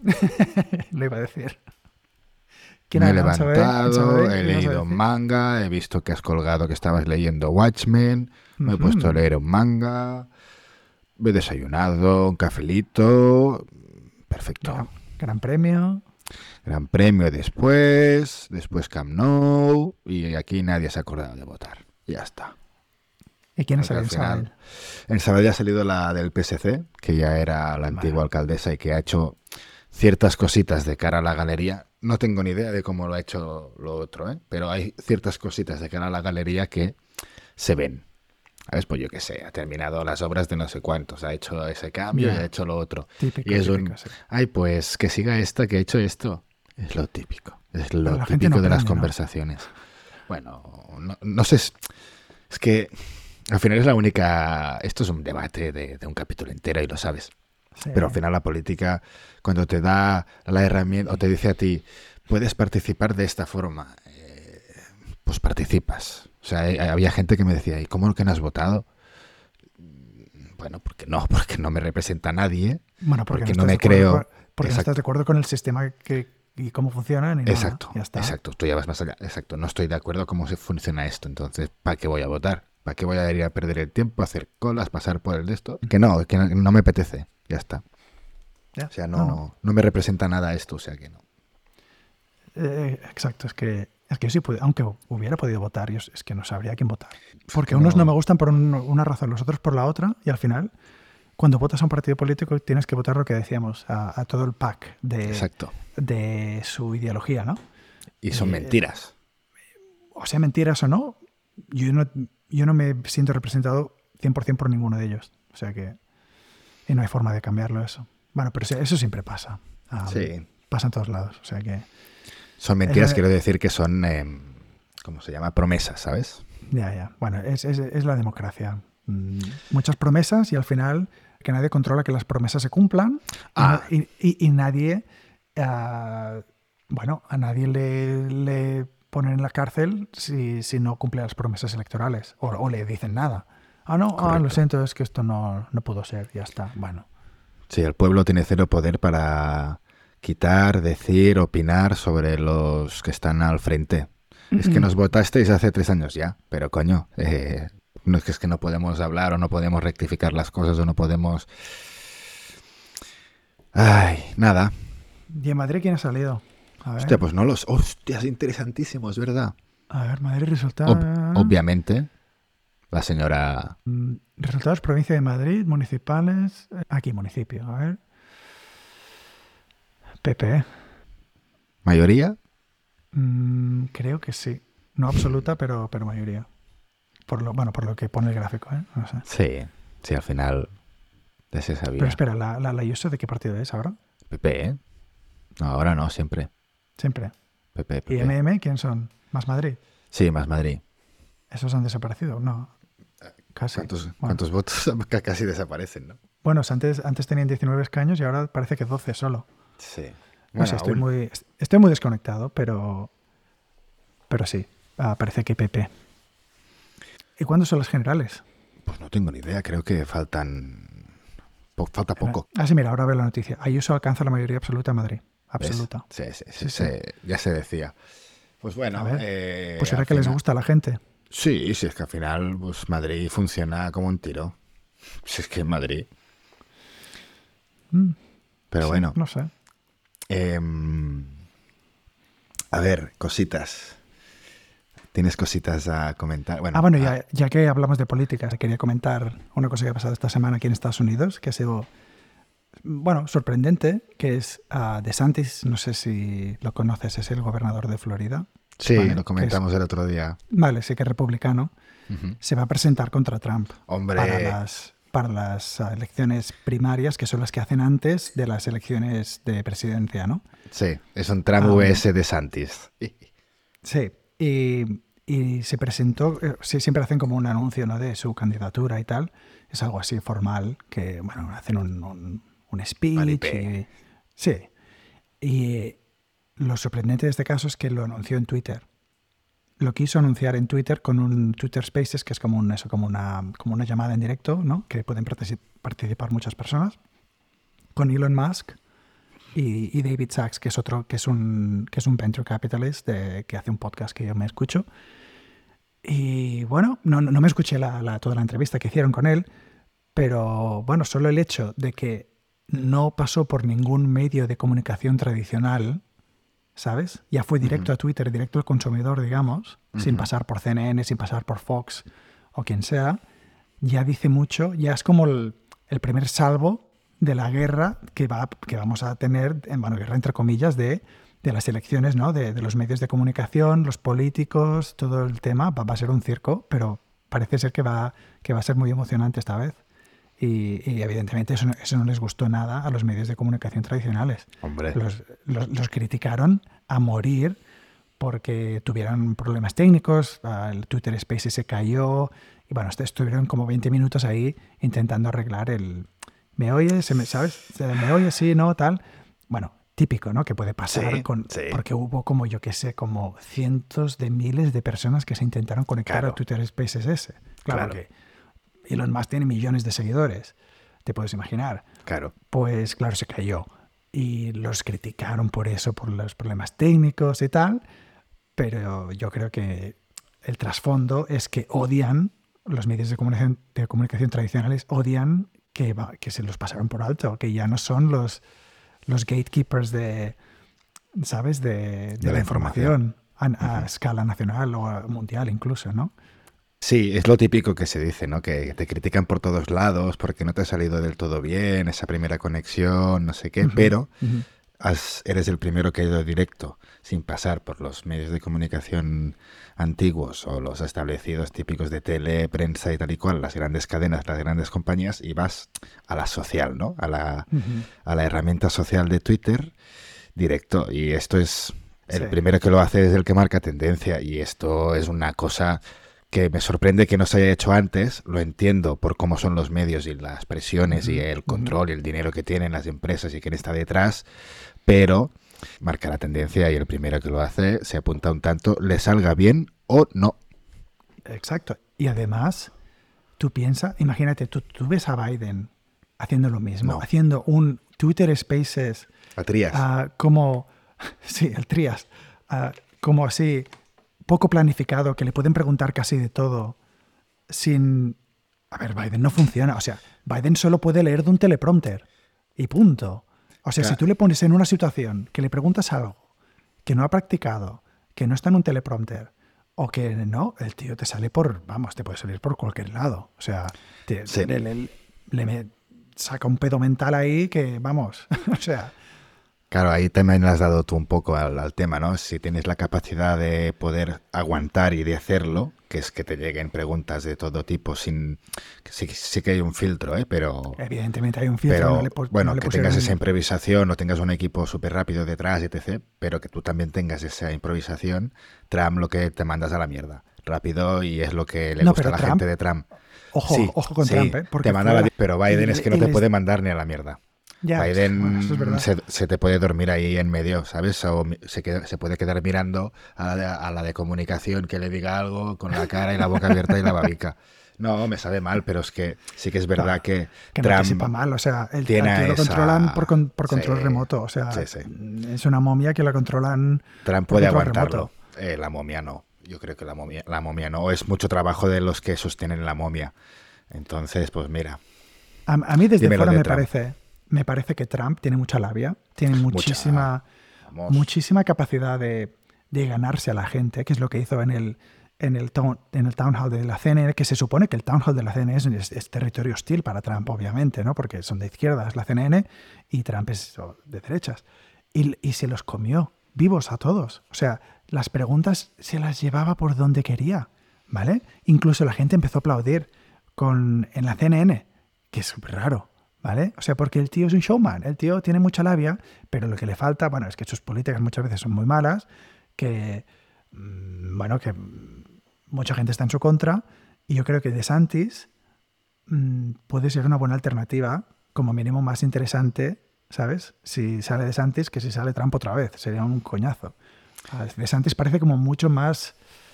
lo iba a decir. ¿Quién Me he ha ganado en Sabadell? ¿En levantado, Sabadell? he ¿Qué ibas a leído decir? manga, he visto que has colgado que estabas leyendo Watchmen, me he Ujú. puesto a leer un manga, me he desayunado, un cafelito, perfecto. Gran, gran premio. Gran premio después, después Camp Nou, y aquí nadie se ha acordado de votar. Ya está. ¿Y quién ha Porque salido al en final- Sabadell? En Sabadell ha salido la del P S C, que ya era la antigua Vale. alcaldesa y que ha hecho ciertas cositas de cara a la galería. No tengo ni idea de cómo lo ha hecho lo otro, ¿eh? Pero hay ciertas cositas de cara a la galería que se ven. ¿Sabes? Pues yo qué sé, ha terminado las obras de no sé cuántos, ha hecho ese cambio Ya. y ha hecho lo otro. Típico, Y es un, típico, sí. ay, pues que siga esta que ha hecho esto. Es lo típico. Es lo Pero la gente típico no de las aprende, ¿no? conversaciones. Bueno, no, no sé. Es, es que al final es la única. Esto es un debate de, de un capítulo entero y lo sabes. Sí. Pero al final la política, cuando te da la herramienta o te dice a ti, puedes participar de esta forma, eh, pues participas. O sea, eh, había gente que me decía, ¿y cómo que no has votado? Bueno, porque no, porque no me representa a nadie. Bueno, porque, porque no, no estás me de acuerdo creo- con- porque no Exacto. estás de acuerdo con el sistema que, y cómo funciona ni nada. Exacto, Ya está. exacto. Tú ya vas más allá. Exacto. No estoy de acuerdo cómo se funciona esto. Entonces, ¿para qué voy a votar? ¿Para qué voy a ir a perder el tiempo, hacer colas, pasar por el de esto? Que no, que no, no me apetece. Ya está. Ya. O sea, no, No, no. no. me representa nada esto. O sea que no. Eh, exacto, es que, es que yo sí pude, aunque hubiera podido votar, yo es que no sabría quién votar. Porque no- unos no me gustan por un- una razón, los otros por la otra, y al final, cuando votas a un partido político, tienes que votar lo que decíamos, a, a todo el pack de, Exacto. de su ideología, ¿no? Y son Eh, mentiras. O sea, mentiras o no, yo no, yo no me siento representado cien por ciento por ninguno de ellos. O sea que, y no hay forma de cambiarlo eso. Bueno, pero sí, eso siempre pasa. Ah, Sí. Pasa en todos lados, o sea que... Son mentiras, eh, quiero decir que son, eh, ¿cómo se llama? Promesas, ¿sabes? Ya, ya. Bueno, es, es, es la democracia. Mm, Muchas promesas y al final que nadie controla que las promesas se cumplan y Ah. no- y, y- y nadie, ah, bueno, a nadie le, le ponen en la cárcel si, si no cumple las promesas electorales o, o le dicen nada. Ah, no, ah, lo Correcto. siento, es que esto no, no pudo ser, ya está. Bueno, Sí, el pueblo tiene cero poder para quitar, decir, opinar sobre los que están al frente. Es que nos votasteis hace tres años ya, pero coño, eh, no es que es que no podemos hablar o no podemos rectificar las cosas o no podemos... Ay, nada. ¿y en Madrid quién ha salido? A ver, Hostia, pues no los... Hostia, es interesantísimo, es verdad. a ver Madrid resultados. Ob- obviamente, la señora... Mm, Resultados, provincia de Madrid, municipales. eh, Aquí, municipio, a ver. P P. ¿Mayoría? Mm, creo que sí. No absoluta, pero, pero mayoría. Por lo, bueno, por lo que pone el gráfico, ¿eh? No sé. Sí, sí, al final de ese sabía. Pero espera, ¿la, la, la Ayuso de qué partido es ahora? P P, ¿eh? No, ahora no, siempre. siempre. P P, ¿Y P P. M M quién son? ¿Más Madrid? Sí, más Madrid. ¿Esos han desaparecido? No, casi. ¿Cuántos, Bueno. cuántos votos casi desaparecen, no? Bueno, antes, antes tenían diecinueve escaños y ahora parece que doce solo. Sí. No Bueno, sé, estoy aún- muy, estoy muy desconectado, pero, pero sí, ah, parece que P P. ¿Y cuándo son las generales? Pues no tengo ni idea, creo que faltan... po- falta poco. Ah, sí, mira, ahora veo la noticia. Ayuso alcanza la mayoría absoluta en Madrid. ¿Ves? Absoluta. Sí, sí, sí, Sí, sí. se- ya se decía. Pues bueno, A ver, eh, Pues será al que les final- gusta a la gente. Sí, sí, es que al final pues Madrid funciona como un tiro. Si es que es Madrid. Mm, Pero sí, bueno, No sé. em, a ver, cositas. ¿Tienes cositas a comentar? Bueno, Ah, bueno, ah, ya, ya que hablamos de política, quería comentar una cosa que ha pasado esta semana aquí en Estados Unidos, que ha sido, bueno, sorprendente, que es uh, DeSantis, no sé si lo conoces, es el gobernador de Florida. sí, vale, lo que es- comentamos el otro día. Vale, sí que es republicano. Ujú. Se va a presentar contra Trump Hombre, para las, para las uh, elecciones primarias, que son las que hacen antes de las elecciones de presidencia, ¿no? sí, es un Trump Ah, V S de Santis. Sí, y, y se presentó, eh, sí, siempre hacen como un anuncio, ¿no?, de su candidatura y tal. Es algo así formal, que, bueno, hacen un, un, un speech. Paripé. Y, sí, y lo sorprendente de este caso es que lo anunció en Twitter. Lo quiso anunciar en Twitter con un Twitter Spaces, que es como, un, eso, como, una, como una llamada en directo, ¿no?, que pueden partici- participar muchas personas, con Elon Musk y, y David Sachs, que es otro, que es un, que es un venture capitalist de, que hace un podcast que yo me escucho. Y bueno, no, no no me escuché la, la- toda la entrevista que hicieron con él, pero bueno, solo el hecho de que no pasó por ningún medio de comunicación tradicional, ¿sabes? Ya fue directo Ujú. a Twitter, directo al consumidor, digamos, sin Ujú. pasar por C N N, sin pasar por Fox o quien sea, ya dice mucho, ya es como el, el primer salvo de la guerra que, va, que vamos a tener, en, bueno, guerra entre comillas, de, de las elecciones, ¿no? De, de los medios de comunicación, los políticos, todo el tema. Va, va a ser un circo, pero parece ser que va, que va a ser muy emocionante esta vez. Y, y evidentemente eso no, eso no les gustó nada a los medios de comunicación tradicionales. Hombre, Los, los, los criticaron a morir porque tuvieron problemas técnicos, ah, el Twitter Spaces se cayó y bueno, est- estuvieron como veinte minutos ahí intentando arreglar el... ¿Me oyes? ¿Se me- ¿Sabes? ¿Se ¿Me oyes? Sí, no, tal. Bueno, típico, ¿no? Que puede pasar Sí, con... sí. Porque hubo como, yo qué sé, como cientos de miles de personas que se intentaron conectar Claro. a Twitter Spaces ese. Claro, Claro. que Elon Musk tiene millones de seguidores, te puedes imaginar. claro. Pues claro, se cayó. Y los criticaron por eso, por los problemas técnicos y tal. Pero yo creo que el trasfondo es que odian, los medios de comunicación, de comunicación tradicionales odian que, va- que se los pasaron por alto, que ya no son los, los gatekeepers de, ¿sabes? De, de De la, la información, a, a Ujú. escala nacional o a- mundial incluso, ¿no? Sí, es lo típico que se dice, ¿no? Que te critican por todos lados porque no te ha salido del todo bien esa primera conexión, no sé qué, Ujú, pero ujú. has- eres el primero que ha ido directo sin pasar por los medios de comunicación antiguos o los establecidos típicos de tele, prensa y tal y cual, las grandes cadenas, las grandes compañías, y vas a la social, ¿no? A la, Ujú. a la herramienta social de Twitter directo. Y esto es, el Sí. primero que lo hace es el que marca tendencia, y esto es una cosa que me sorprende que no se haya hecho antes. Lo entiendo por cómo son los medios y las presiones y Ujú, el ujú. control y el dinero que tienen las empresas y quién está detrás, pero marca la tendencia y el primero que lo hace se apunta un tanto, le salga bien o no. Exacto. Y además, tú piensas, imagínate, tú, tú ves a Biden haciendo lo mismo, No. haciendo un Twitter Spaces A Trías. ah, como, sí, el Trias, ah, como así, poco planificado, que le pueden preguntar casi de todo, sin... A ver, Biden no funciona. O sea, Biden solo puede leer de un teleprompter y punto. O sea, Claro. si tú le pones en una situación que le preguntas algo que no ha practicado, que no está en un teleprompter, o que no, el tío te sale por, vamos, te puede salir por cualquier lado. O sea, te- Sí. le, le- le me- saca un pedo mental ahí que, vamos, o sea, Claro, ahí también le has dado tú un poco al, al tema, ¿no? Si tienes la capacidad de poder aguantar y de hacerlo, que es que te lleguen preguntas de todo tipo sin... que sí, sí que hay un filtro, ¿eh? Pero, Evidentemente hay un filtro, no pero le, pus- no bueno, le que tengas esa pusieron... improvisación o tengas un equipo súper rápido detrás, etcétera, pero que tú también tengas esa improvisación, Trump lo que te mandas a la mierda. Rápido y es lo que le No, gusta a pero la Trump, gente de Trump. ojo, Sí, ojo con Trump, sí, ¿eh? te Porque manda a fue la... la... Pero Y, Biden es le- que no y te les... puede mandar ni a la mierda. Ya, bueno, eso es Biden verdad. se, se te puede dormir ahí en medio, ¿sabes? O mi- se, queda- se puede quedar mirando a la, de, a la de comunicación que le diga algo con la cara y la boca abierta y la babica. No, me sabe mal, pero es que sí que es verdad No, que que no te sepa Trump mal, o sea, el, al tío tiene lo controlan por, esa... con- por Sí, control remoto, o sea, sí, sí. es una momia que la controlan Trump por puede control aguantarlo. remoto. Eh, la momia no. Yo creo que la momia, la momia no. Es mucho trabajo de los que sostienen la momia. Entonces, pues mira, A, a mí desde dímelo fuera de me Trump. parece, me parece que Trump tiene mucha labia, tiene Mucha. muchísima, Vamos. muchísima capacidad de, de ganarse a la gente, que es lo que hizo en el, en el, town, en el town hall de la C N N, que se supone que el town hall de la C N N es, es- es territorio hostil para Trump, obviamente, ¿no? Porque son de izquierdas la C N N y Trump es oh, de derechas. Y, y se los comió vivos a todos. O sea, las preguntas se las llevaba por donde quería, ¿vale? Incluso la gente empezó a aplaudir con, en la C N N, que es súper raro, ¿vale? O sea, porque el tío es un showman, el tío tiene mucha labia, pero lo que le falta, bueno, es que sus políticas muchas veces son muy malas, que, mm, bueno, que mm, mucha gente está en su contra, y yo creo que DeSantis mm, puede ser una buena alternativa, como mínimo más interesante, ¿sabes? Si sale DeSantis que si sale Trump otra vez, sería un coñazo. Ah, DeSantis parece como mucho más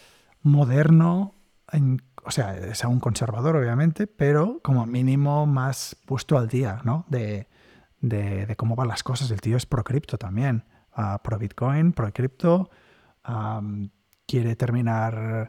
moderno, en- o sea, es aún conservador, obviamente, pero como mínimo más puesto al día, ¿no? De, de, de cómo van las cosas. El tío es pro cripto también, ah, pro Bitcoin, pro cripto, am, quiere terminar,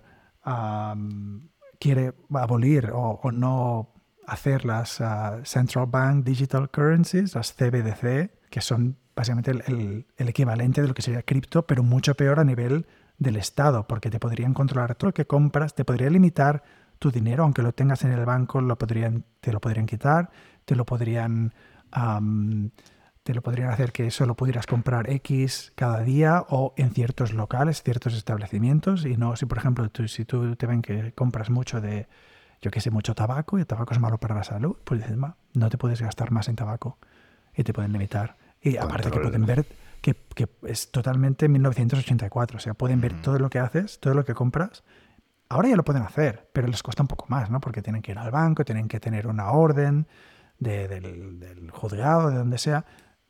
am, quiere abolir o, o no hacer las ah, Central Bank Digital Currencies, las C B D C, que son básicamente el, el- el equivalente de lo que sería cripto, pero mucho peor a nivel del Estado, porque te podrían controlar todo lo que compras, te podría limitar tu dinero, aunque lo tengas en el banco, lo podrían, te lo podrían quitar, te lo podrían, am, te lo podrían hacer que solo pudieras comprar X cada día o en ciertos locales, ciertos establecimientos, y no si, por ejemplo, tú, si tú te ven que compras mucho de, yo qué sé, mucho tabaco y el tabaco es malo para la salud, pues dices, "Ma, no te puedes gastar más en tabaco y te pueden limitar. Y aparte que Control. pueden ver que, que es totalmente mil novecientos ochenta y cuatro, o sea, pueden ver Ujú. todo lo que haces, todo lo que compras. Ahora ya lo pueden hacer, pero les cuesta un poco más, ¿no? Porque tienen que ir al banco, tienen que tener una orden de- del, del juzgado, de donde sea.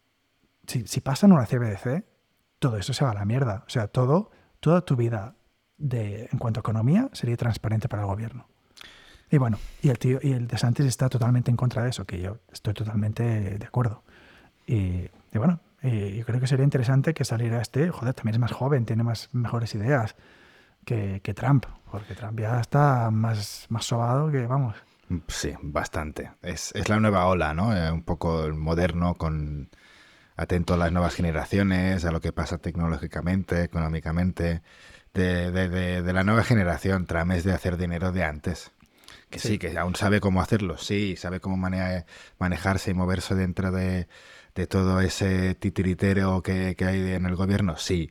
Si, si pasan una C B D C, todo eso se va a la mierda. O sea, todo, toda tu vida de, en cuanto a economía sería transparente para el gobierno. Y bueno, y el tío, y el DeSantis está totalmente en contra de eso, que yo estoy totalmente de acuerdo. Y, y bueno, y yo creo que sería interesante que saliera este, joder, también es más joven, tiene más mejores ideas que, que Trump, porque Trump ya está más, más sobado que, vamos. Sí, bastante. Es, es la nueva ola, ¿no? Eh, un poco el moderno, con atento a las nuevas generaciones, a lo que pasa tecnológicamente, económicamente. De, de, de, de la nueva generación, Trump es de hacer dinero de antes. Que sí, Sí. que aún sabe cómo hacerlo, sí, sabe cómo mane- manejarse y moverse dentro de, de todo ese titiritero que, que hay en el gobierno, sí,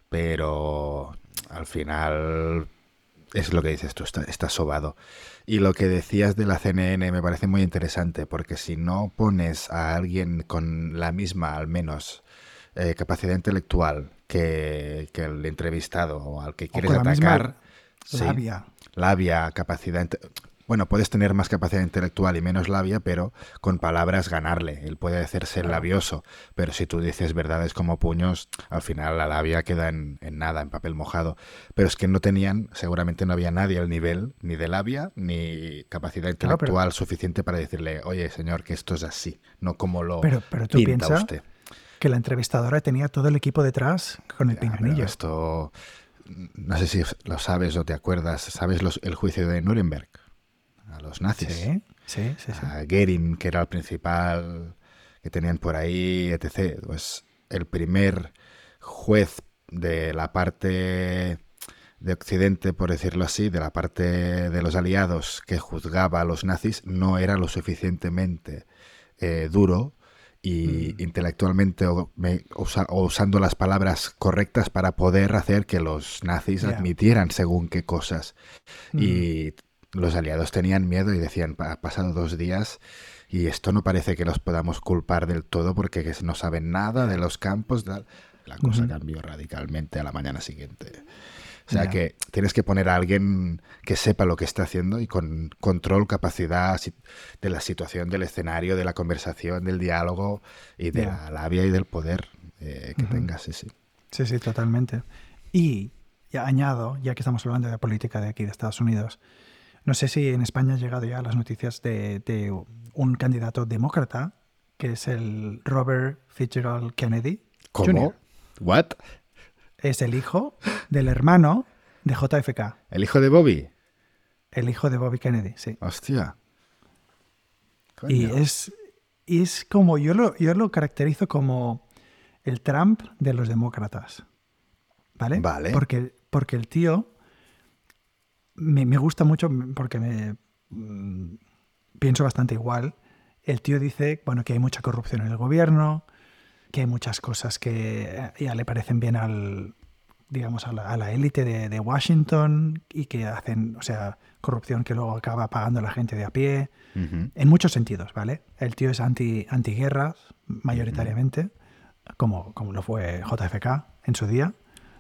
pero al final es lo que dices tú, está, está sobado. Y lo que decías de la C N N me parece muy interesante, porque si no pones a alguien con la misma, al menos, eh, capacidad intelectual que, que el entrevistado o al que O quieres con la misma atacar, sí, labia. labia, capacidad... inte- Bueno, puedes tener más capacidad intelectual y menos labia, pero con palabras ganarle. Él puede hacerse el Claro. labioso, pero si tú dices verdades como puños, al final la labia queda en, en nada, en papel mojado. Pero es que no tenían, seguramente no había nadie al nivel ni de labia ni capacidad Claro, pero, intelectual suficiente para decirle, oye, señor, que esto es así, no como lo pero, pero tú pinta piensas usted. que la entrevistadora tenía todo el equipo detrás con el Ya, pero pinganillo. esto, no sé si lo sabes o te acuerdas, ¿sabes los- el juicio de Nuremberg? A los nazis. Sí, sí, sí, sí. A Goering, que era el principal que tenían por ahí, etcétera. Pues el primer juez de la parte de Occidente, por decirlo así, de la parte de los aliados que juzgaba a los nazis, no era lo suficientemente eh, duro y Mm. intelectualmente o, me- usa- o usando las palabras correctas para poder hacer que los nazis Ya. admitieran según qué cosas. Mm. Y los aliados tenían miedo y decían, "Pa- ha pasado dos días y esto no parece que los podamos culpar del todo porque que no saben nada de Ya. los campos. Tal". La cosa Ujú. cambió radicalmente a la mañana siguiente. O sea Ya. que tienes que poner a alguien que sepa lo que está haciendo y con control, capacidad si- de la situación, del escenario, de la conversación, del diálogo y de Ya. la labia y del poder eh, que Ujú. tengas. Sí, sí. Sí, sí, totalmente. Y ya añado, ya que estamos hablando de política de aquí de Estados Unidos, no sé si en España han llegado ya las noticias de, de un candidato demócrata, que es el Robert Fitzgerald Kennedy ¿Cómo? junior ¿What? Es el hijo del hermano de J F K, ¿El hijo de Bobby? el hijo de Bobby Kennedy, sí. Hostia. Y Coño. es, y es como, yo lo, yo lo caracterizo como el Trump de los demócratas, ¿vale? Vale. Porque, porque el tío me, me gusta mucho, porque me mm, pienso bastante igual. El tío dice, bueno, que hay mucha corrupción en el gobierno, que hay muchas cosas que ya le parecen bien al, digamos, a la, a la élite de, de Washington y que hacen, o sea, corrupción que luego acaba pagando la gente de a pie, Ujú, en muchos sentidos, ¿vale? El tío es anti, antiguerras, ujú. mayoritariamente, como, como lo fue J F K en su día,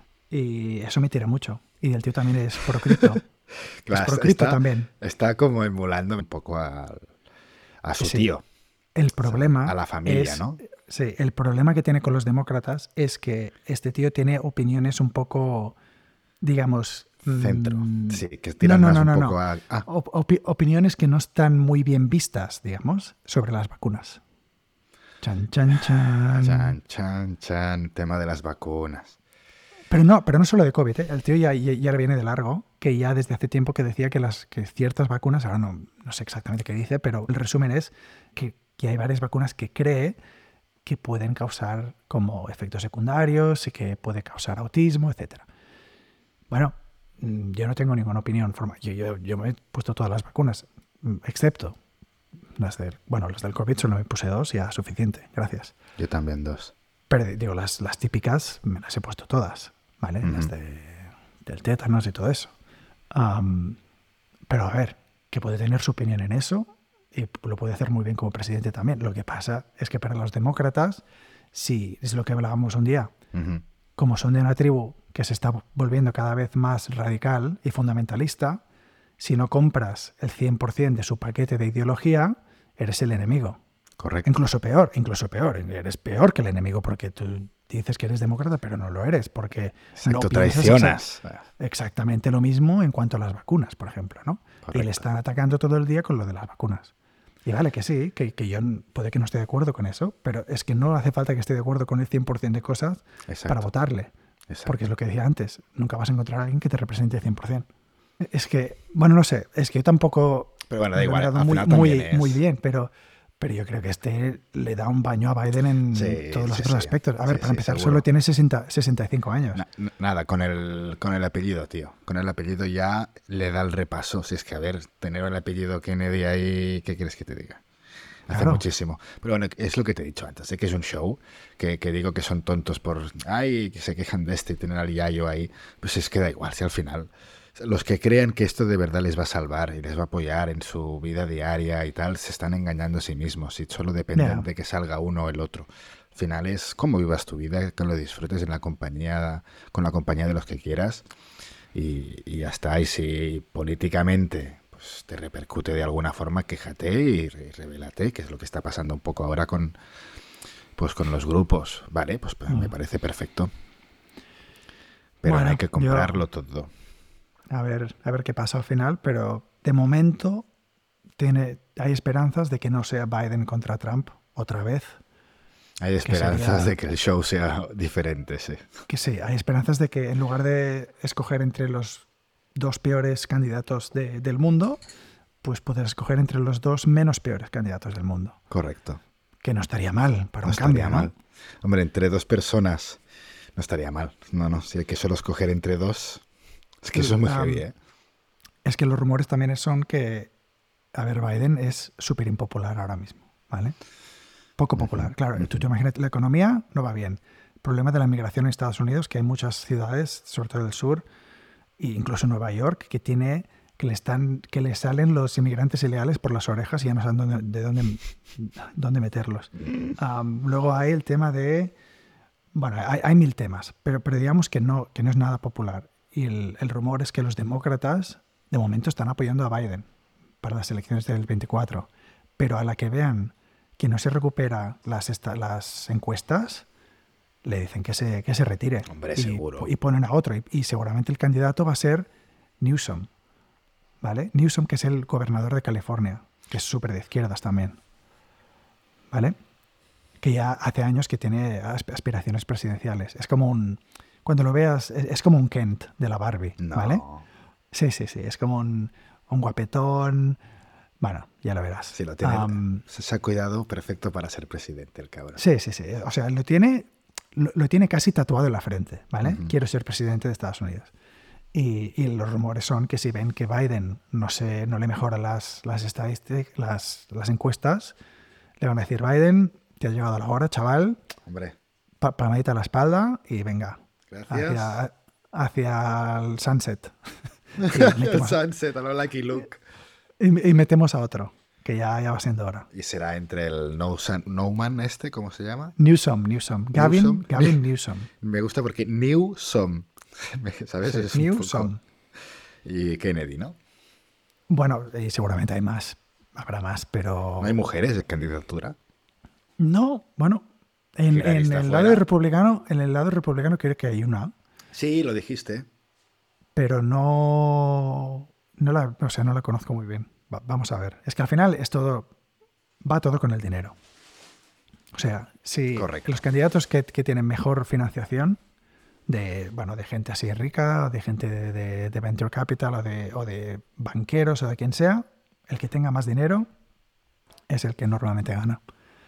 y eso me tira mucho. Y el tío también es pro cripto, es Claro, pro cripto está, también. está como emulando un poco a, a su Sí, tío, el ¿sabes? A problema la familia, es, ¿no? sí, el problema que tiene con los demócratas es que este tío tiene opiniones un poco, digamos, Centro. mm, Sí, que no, tiran no, más no, un no, poco no, a... Ah, Op- opi- opiniones que no están muy bien vistas, digamos, sobre las vacunas. Chan, chan, chan. chan, chan, chan, tema de las vacunas. Pero no, pero no solo de COVID, ¿eh? El tío ya, ya, ya le viene de largo, que ya desde hace tiempo que decía que las que ciertas vacunas, ahora no, no sé exactamente qué dice, pero el resumen es que, que hay varias vacunas que cree que pueden causar como efectos secundarios y que puede causar autismo, etcétera. Bueno, mm, yo no tengo ninguna opinión formal. Yo, yo, yo me he puesto todas las vacunas, mm, excepto las del, bueno, las del COVID solo me puse dos, ya suficiente, gracias. Yo también dos. Pero digo, las, las típicas me las he puesto todas, ¿vale? Ujú. Las de, del tétanos y todo eso. Am, pero a ver, que puede tener su opinión en eso y lo puede hacer muy bien como presidente también. Lo que pasa es que para los demócratas, sí, es lo que hablábamos un día, Ujú. como son de una tribu que se está volviendo cada vez más radical y fundamentalista, si no compras el cien por ciento de su paquete de ideología, eres el enemigo. Correcto. Incluso peor, incluso peor. Eres peor que el enemigo porque tú dices que eres demócrata, pero no lo eres, porque no Exacto, piensas traicionas. exa- exactamente lo mismo en cuanto a las vacunas, por ejemplo, ¿no? Y le Correcto. están atacando todo el día con lo de las vacunas. Y vale, que sí, que, que yo n- puede que no esté de acuerdo con eso, pero es que no hace falta que esté de acuerdo con el cien por ciento de cosas para Exacto. votarle. Exacto. Porque es lo que decía antes, nunca vas a encontrar a alguien que te represente al cien por ciento. Es que, bueno, no sé, es que yo tampoco Pero bueno, da me lo he igual. mirado Al muy, final también muy, es... muy bien, pero, pero yo creo que este le da un baño a Biden en Sí, todos los sí, otros sí. aspectos. A ver, Sí, para sí, empezar, seguro. solo tiene sesenta, sesenta y cinco años. Na- n- nada, con el, con el apellido, tío. Con el apellido ya le da el repaso. Si es que, a ver, tener el apellido Kennedy ahí, ¿qué quieres que te diga? Hace Claro. muchísimo. Pero bueno, es lo que te he dicho antes. Sé que es un show, que, que digo que son tontos por... Ay, que se quejan de este y tienen al yayo ahí. Pues es que da igual, si al final... Los que crean que esto de verdad les va a salvar y les va a apoyar en su vida diaria y tal, se están engañando a sí mismos y solo dependen Ya. de que salga uno o el otro. Al final es cómo vivas tu vida, que lo disfrutes en la compañía, con la compañía de los que quieras y, y ya está. Y si políticamente pues, te repercute de alguna forma, quéjate y, re- revélate, que es lo que está pasando un poco ahora con, pues, con los grupos. Vale, pues pues, me Mm. parece perfecto. Pero no Bueno, hay que yo- comprarlo todo. A ver, a ver qué pasa al final, pero de momento tiene, hay esperanzas de que no sea Biden contra Trump otra vez. Hay esperanzas sería- de que el show sea diferente, sí. Que sí, hay esperanzas de que en lugar de escoger entre los dos peores candidatos de- del mundo, pues poder escoger entre los dos menos peores candidatos del mundo. Correcto. Que no estaría mal para No un estaría cambio, ¿no? mal. Hombre, entre dos personas no estaría mal. No, no, si hay que solo escoger entre dos, es que eso es muy Um, heavy, ¿eh? Es que los rumores también son que, a ver, Biden es súper impopular ahora mismo, ¿vale? Poco popular, Ujú, claro. Tú ujú. te imaginas, la economía no va bien. El problema de la migración en Estados Unidos, que hay muchas ciudades, sobre todo del sur, e incluso Nueva York, que tiene que le están que le salen los inmigrantes ilegales por las orejas y ya no saben dónde, de dónde, dónde meterlos. Am, luego hay el tema de, bueno, hay, hay mil temas, pero, pero digamos que no, que no es nada popular. Y el, el rumor es que los demócratas de momento están apoyando a Biden para las elecciones del veinticuatro, pero a la que vean que no se recupera las, esta- las encuestas, le dicen que se, que se retire Hombre, y, seguro. y ponen a otro. Y, y seguramente el candidato va a ser Newsom, ¿vale? Newsom, que es el gobernador de California, que es súper de izquierdas también, ¿vale? Que ya hace años que tiene asp- aspiraciones presidenciales. Es como un... Cuando lo veas, es, es como un Kent de la Barbie, ¿vale? No. Sí, sí, sí, es como un, un guapetón. Bueno, ya lo verás. Sí, lo tiene. Am, Se se ha cuidado perfecto para ser presidente, el cabrón. sí, sí, sí. O sea, lo tiene, lo, lo tiene casi tatuado en la frente, ¿vale? Ujú. Quiero ser presidente de Estados Unidos. Y, y los rumores son que si ven que Biden no, se, no le mejora las, las estadísticas, las, las encuestas, le van a decir, Biden, te ha llegado la hora, chaval, Hombre, pa palmadita a la espalda y venga, gracias. hacia, hacia el sunset. Y metemos, a, Sunset, a lo Lucky Luke. y, y metemos a otro, que ya, ya va siendo hora. Y será entre el no, San- no Man este, ¿cómo se llama? Newsom, Newsom. Gavin, Newsom. Gavin Newsom. Me gusta porque Newsom, ¿sabes? Sí, Es un poco... Newsom. Y Kennedy, ¿no? Bueno, y seguramente hay más, habrá más, No hay pero mujeres en candidatura. no, bueno, en, Hillary en está el lado fuera. republicano, en el lado republicano creo que hay una, Sí, lo dijiste. pero no, no la, o sea, no la conozco muy bien. Va- vamos a ver. Es que al final es todo, va todo con el dinero. O sea, si Correcto. los candidatos que, que tienen mejor financiación de, bueno, de gente así rica, de gente de, de- de venture capital o de, o de banqueros o de quien sea, el que tenga más dinero es el que normalmente gana.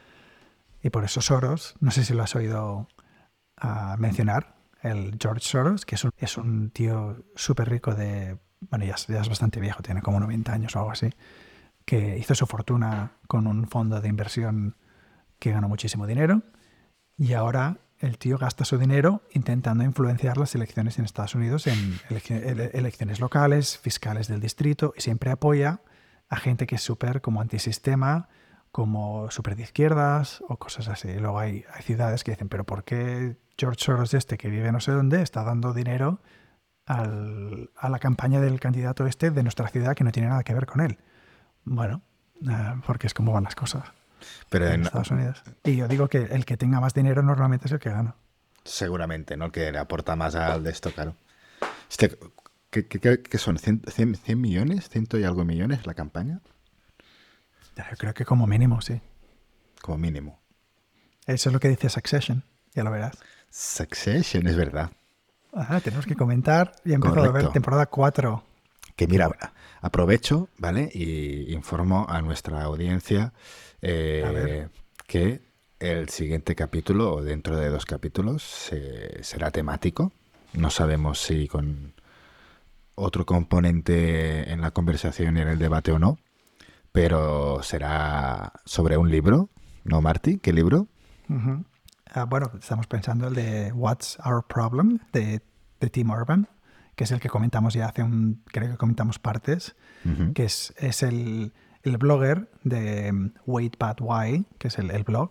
Y por eso Soros, no sé si lo has oído ah, mencionar, el George Soros, que es un, es un tío súper rico de, bueno, ya es, ya es bastante viejo, tiene como noventa años o algo así, que hizo su fortuna con un fondo de inversión que ganó muchísimo dinero y ahora el tío gasta su dinero intentando influenciar las elecciones en Estados Unidos en eleccio- ele- elecciones locales, fiscales del distrito, y siempre apoya a gente que es súper como antisistema, como súper de izquierdas o cosas así. Y luego hay, hay ciudades que dicen, pero ¿por qué George Soros este, que vive no sé dónde, está dando dinero al- a la campaña del candidato este de nuestra ciudad que no tiene nada que ver con él? Bueno, eh, porque es como van las cosas Pero en en- Estados Unidos. Y yo digo que el que tenga más dinero normalmente es el que gana. seguramente, ¿no? El que le aporta más al de esto, claro. Este, ¿qué, qué- qué- qué son? ¿cien, cien- cien millones? ¿Ciento y algo millones la campaña? Ya, yo creo que como mínimo, sí. Como mínimo. Eso es lo que dice Succession. Ya lo verás. Succession, es verdad. Ah, tenemos que comentar. Ya he empezado a ver Correcto. temporada cuatro. Que mira, aprovecho, ¿vale? Y informo a nuestra audiencia A ver. eh, que el siguiente capítulo, o dentro de dos capítulos, eh, será temático. No sabemos si con otro componente en la conversación y en el debate o no, pero será sobre un libro, ¿no, Marty? ¿Qué libro? Ujú. Ah, bueno, estamos pensando el de What's Our Problem de, de Tim Urban, que es el que comentamos ya hace un, creo que comentamos partes, Ujú. que es, es el, el blogger de um, Wait But Why, que es el, el blog,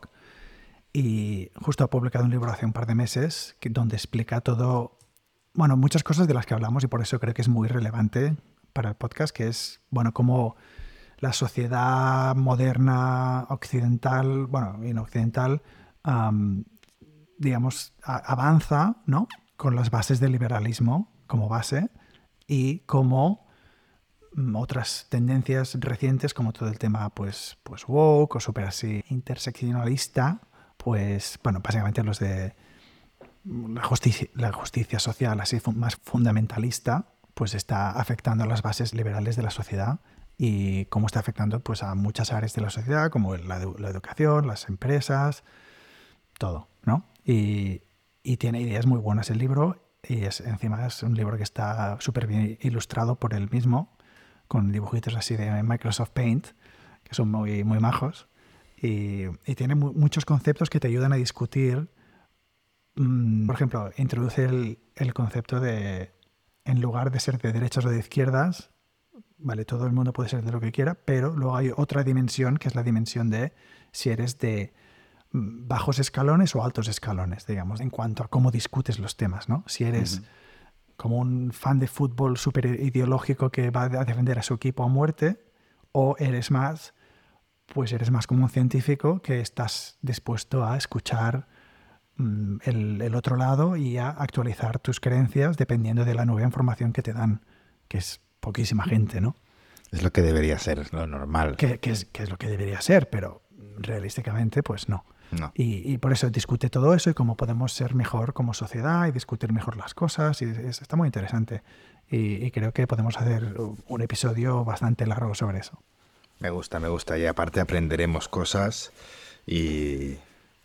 y justo ha publicado un libro hace un par de meses que, donde explica todo, bueno, muchas cosas de las que hablamos y por eso creo que es muy relevante para el podcast, que es, bueno, cómo la sociedad moderna occidental, bueno, y no occidental, am, digamos, a- avanza, ¿no? Con las bases del liberalismo como base y como mm, otras tendencias recientes, como todo el tema, pues, pues woke o súper así interseccionalista, pues, bueno, básicamente los de la justicia, la justicia social así fu- más fundamentalista, pues está afectando a las bases liberales de la sociedad y cómo está afectando pues a muchas áreas de la sociedad, como la, edu- la educación, las empresas, todo, ¿no? Y, y tiene ideas muy buenas el libro y es, encima es un libro que está súper bien ilustrado por él mismo, con dibujitos así de Microsoft Paint, que son muy, muy majos. Y, y tiene mu- muchos conceptos que te ayudan a discutir. Mm, Por ejemplo, introduce el, el concepto de, en lugar de ser de derechas o de izquierdas, vale, todo el mundo puede ser de lo que quiera, pero luego hay otra dimensión, que es la dimensión de si eres de mm, bajos escalones o altos escalones, digamos, en cuanto a cómo discutes los temas, ¿no? Si eres Ujú. como un fan de fútbol súper ideológico que va a defender a su equipo a muerte, o eres más, pues eres más como un científico que estás dispuesto a escuchar mm, el, el otro lado y a actualizar tus creencias dependiendo de la nueva información que te dan, que es poquísima gente, ¿no? Es lo que debería ser, lo normal. Que, que es, que es lo que debería ser, pero realísticamente, pues no. No. Y, y por eso discute todo eso y cómo podemos ser mejor como sociedad y discutir mejor las cosas. Y es- está muy interesante. Y, y creo que podemos hacer un episodio bastante largo sobre eso. Me gusta, me gusta. Y aparte aprenderemos cosas y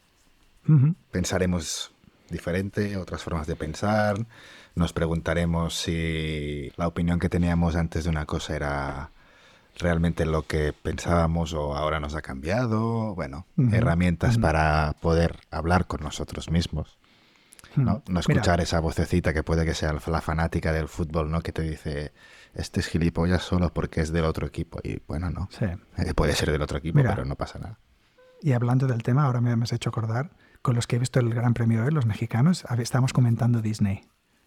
Ujú. pensaremos diferente, otras formas de pensar. Nos preguntaremos si la opinión que teníamos antes de una cosa era realmente lo que pensábamos o ahora nos ha cambiado. Bueno, Ujú. herramientas Ujú. para poder hablar con nosotros mismos, Ujú. ¿no? No Mira, escuchar esa vocecita que puede que sea la fanática del fútbol, ¿no? Que te dice, este es gilipollas solo porque es del otro equipo. Y bueno, no. sí. Eh, Puede ser del otro equipo, Mira, pero no pasa nada. y hablando del tema, ahora me, me has hecho acordar, con los que he visto el Gran Premio hoy, los mexicanos, hab- estábamos comentando Disney.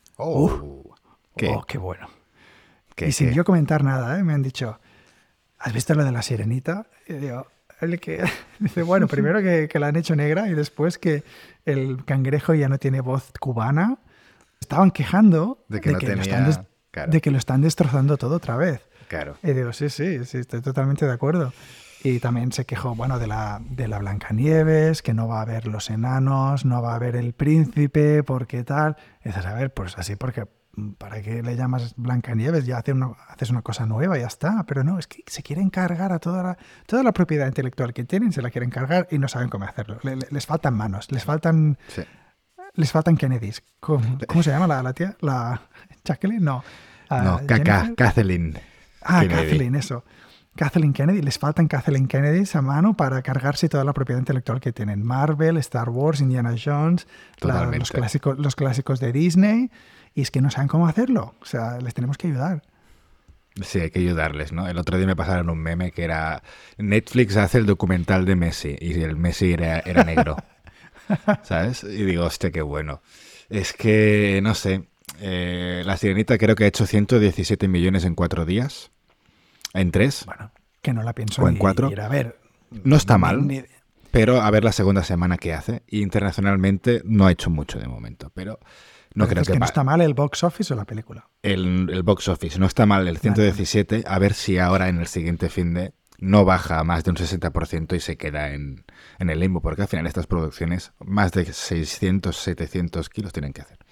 Oh, ¿qué? Oh, qué bueno. ¿Qué, Y sin qué? yo comentar nada, ¿eh? Me han dicho, ¿has visto lo de la sirenita? Y digo, el que dice, bueno, primero que, que la han hecho negra y después que el cangrejo ya no tiene voz cubana. Estaban quejando De que no lo están des- tenía... Claro, de que lo están destrozando todo otra vez. claro. Y digo, sí, sí, sí, estoy totalmente de acuerdo. Y también se quejó, bueno, de la, de la Blancanieves, que no va a haber los enanos, no va a haber el príncipe, porque tal. Y dices, a ver, pues así, porque ¿para qué le llamas Blancanieves? Ya hace una- haces una cosa nueva, ya está. Pero no, es que se quieren cargar a toda la, toda la propiedad intelectual que tienen, se la quieren cargar y no saben cómo hacerlo. Le- le- les faltan manos, les faltan, Sí. les faltan Kennedys. ¿Cómo, cómo se llama la, la tía? ¿La Jacqueline? No. No, Ah, K K, Jennifer. Kathleen Ah, Kennedy. Kathleen, eso. Kathleen Kennedy, les faltan Kathleen Kennedys a mano para cargarse toda la propiedad intelectual que tienen. Marvel, Star Wars, Indiana Jones, la- Totalmente. los, clásicos, los clásicos de Disney, y es que no saben cómo hacerlo. O sea, les tenemos que ayudar. Sí, hay que ayudarles, ¿no? El otro día me pasaron un meme que era Netflix hace el documental de Messi y el Messi era, era negro, ¿sabes? Y digo, hostia, qué bueno. Es que, no sé, eh, La Sirenita creo que ha hecho ciento diecisiete millones en cuatro días, en tres, Bueno, que no la pienso o en ni cuatro. ir a ver. No está Ni- mal, ni- pero a ver la segunda semana que hace. Y internacionalmente no ha hecho mucho de momento, pero no pero creo dices que, que no pa- está mal el box office o la película. el, el box office. No está mal el ciento diecisiete, a ver si ahora en el siguiente fin de no baja a más de un sesenta por ciento y se queda en, en el limbo, porque al final estas producciones más de seiscientos, setecientos kilos tienen que hacer.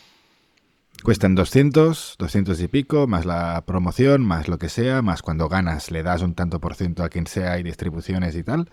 Cuestan doscientos, doscientos y pico, más la promoción, más lo que sea, más cuando ganas le das un tanto por ciento a quien sea y distribuciones y tal.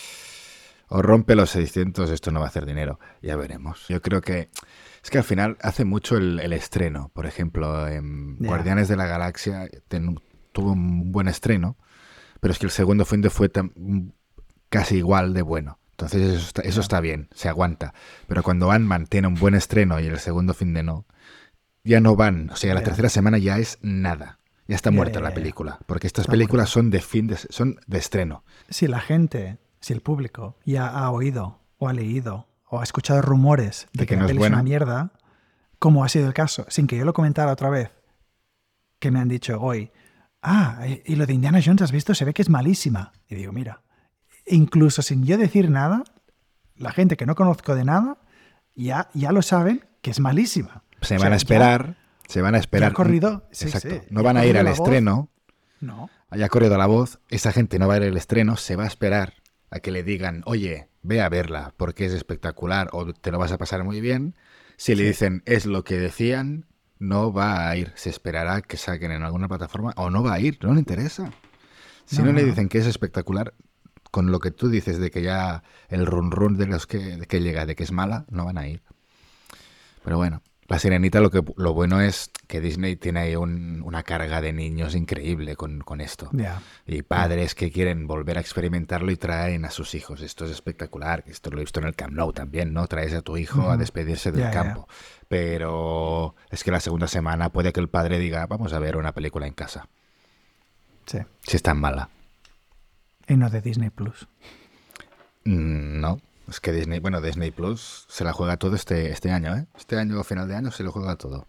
O rompe los seiscientos, esto no va a hacer dinero. Ya veremos. Yo creo que es que al final hace mucho el, el estreno. Por ejemplo, en Ya. Guardianes de la Galaxia ten- tuvo un buen estreno, pero es que el segundo fin de fue tam- casi igual de bueno. Entonces eso está, eso Ya. está bien, se aguanta. Pero cuando Ant-Man tiene un buen estreno y el segundo fin de no, ya no van. O sea, la Ya. tercera semana ya es nada. Ya está Ya, muerta ya, la ya, ya. película. Porque estas Está películas muerta. son de fin de, son de estreno. Si la gente, si el público ya ha oído o ha leído o ha escuchado rumores de, De que, que la no es peli es una buena. mierda, como ha sido el caso, sin que yo lo comentara otra vez, que me han dicho hoy, ah, y lo de Indiana Jones, ¿has visto? Se ve que es malísima. Y digo, mira, incluso sin yo decir nada, la gente que no conozco de nada, ya, ya lo saben que es malísima. Se O van sea, a ya- esperar, se van a esperar. ya ha corrido- sí, Exacto. sí, no ya van ha a ir corrido al la voz. estreno, No. haya corrido la voz, esa gente no va a ir al estreno, se va a esperar a que le digan, oye, ve a verla porque es espectacular o te lo vas a pasar muy bien. Si le Sí. dicen es lo que decían, no va a ir. Se esperará que saquen en alguna plataforma o no va a ir, no le interesa. Si no, No, le no. dicen que es espectacular, con lo que tú dices de que ya el run run de los que, de que llega, de que es mala, no van a ir. Pero bueno, La Sirenita, lo que lo bueno es que Disney tiene ahí un- una carga de niños increíble con, con esto. Ya. Y padres que quieren volver a experimentarlo y traen a sus hijos. Esto es espectacular. Esto lo he visto en el Camp Nou también, ¿no? Traes a tu hijo a Ujú. despedirse del Ya, ya, ya. campo. Pero es que la segunda semana puede que el padre diga, vamos a ver una película en casa. Sí. Si es tan mala. Y no de Disney Plus. Mm, No. Es que Disney, bueno, Disney Plus se la juega todo este, este año, ¿eh? Este año, final de año, se lo juega todo.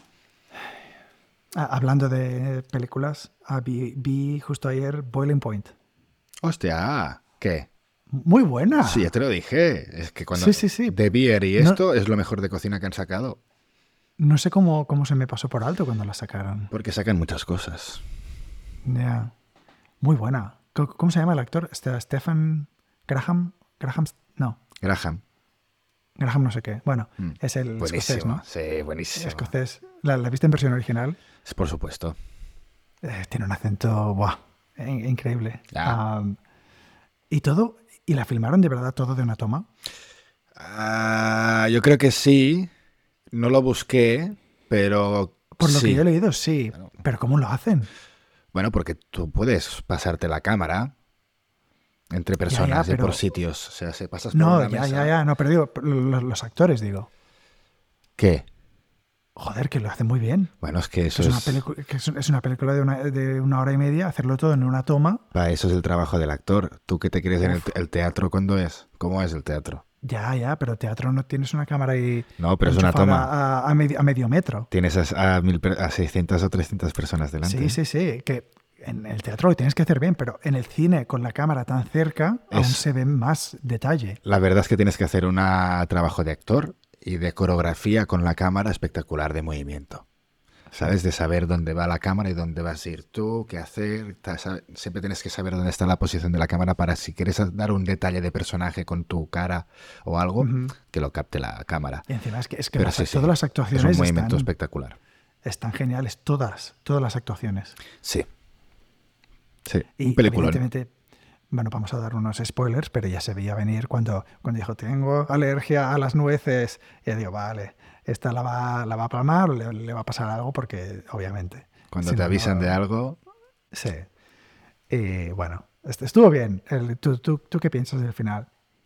Ah, hablando de películas, ah, vi, vi justo ayer Boiling Point. Hostia, ¿qué? Muy Sí, ya buena. te lo dije. Es que cuando Sí, sí, sí. The Beer y No, esto es lo mejor de cocina que han sacado. no sé cómo, cómo se me pasó por alto cuando la sacaron. Porque sacan muchas cosas. Ya. Muy buena. ¿Cómo, cómo se llama el actor? Este, Stephen Graham. Graham. No, Graham. Graham no sé qué. Bueno, Mm. es el escocés, Buenísimo. ¿no? Sí, buenísimo. Escocés. ¿La, la viste en versión original? Es por supuesto. Eh, tiene un acento, buah, in- increíble. Ya. Am, y todo, y la filmaron de verdad todo de una toma. Ah, yo creo que sí. No lo busqué, pero Por lo que yo sí. he leído, sí. Claro. Pero ¿cómo lo hacen? Bueno, porque tú puedes pasarte la cámara entre Ya, ya, personas y por pero... sitios. O sea, si pasas por No, una ya, ya, mesa... ya. No, pero digo, los, los actores, digo. ¿Qué? Joder, que lo hacen muy bien. Bueno, es que Que eso es una, es... pelicu- que es, es una película de una, de una hora y media, hacerlo todo en una toma. Para eso es el trabajo del actor. ¿Tú qué te crees en el, Uf, te- el teatro cuándo es? ¿Cómo es el teatro? ya, ya, pero teatro no tienes una cámara ahí No, pero es una enchufada toma. a, a medio, a medio metro. Tienes a, a, mil per- a seiscientas o trescientas personas delante. Sí, ¿eh? sí, sí. Que en el teatro lo tienes que hacer bien, pero en el cine con la cámara tan cerca aún Es, se ve más detalle. la verdad es que tienes que hacer un trabajo de actor y de coreografía con la cámara espectacular de movimiento. Sí. ¿Sabes? De saber dónde va la cámara y dónde vas a ir tú, qué hacer. ta- sabe- Siempre tienes que saber dónde está la posición de la cámara para si quieres dar un detalle de personaje con tu cara o algo, Ujú. que lo capte la cámara. Y encima es que, es que Pero las- sí, sí, todas las es un actuaciones movimiento están, espectacular. están geniales, todas, todas las actuaciones. Sí, sí, un Y peliculón. evidentemente, bueno, vamos a dar unos spoilers, pero ya se veía venir cuando, cuando dijo, tengo alergia a las nueces. Y yo digo, vale, esta la va, la va a palmar o le, le va a pasar algo porque, obviamente, Cuando si te no, avisan de no... algo, Sí. Y bueno, est- estuvo bien. El- ¿tú, tú, ¿Tú qué piensas del final?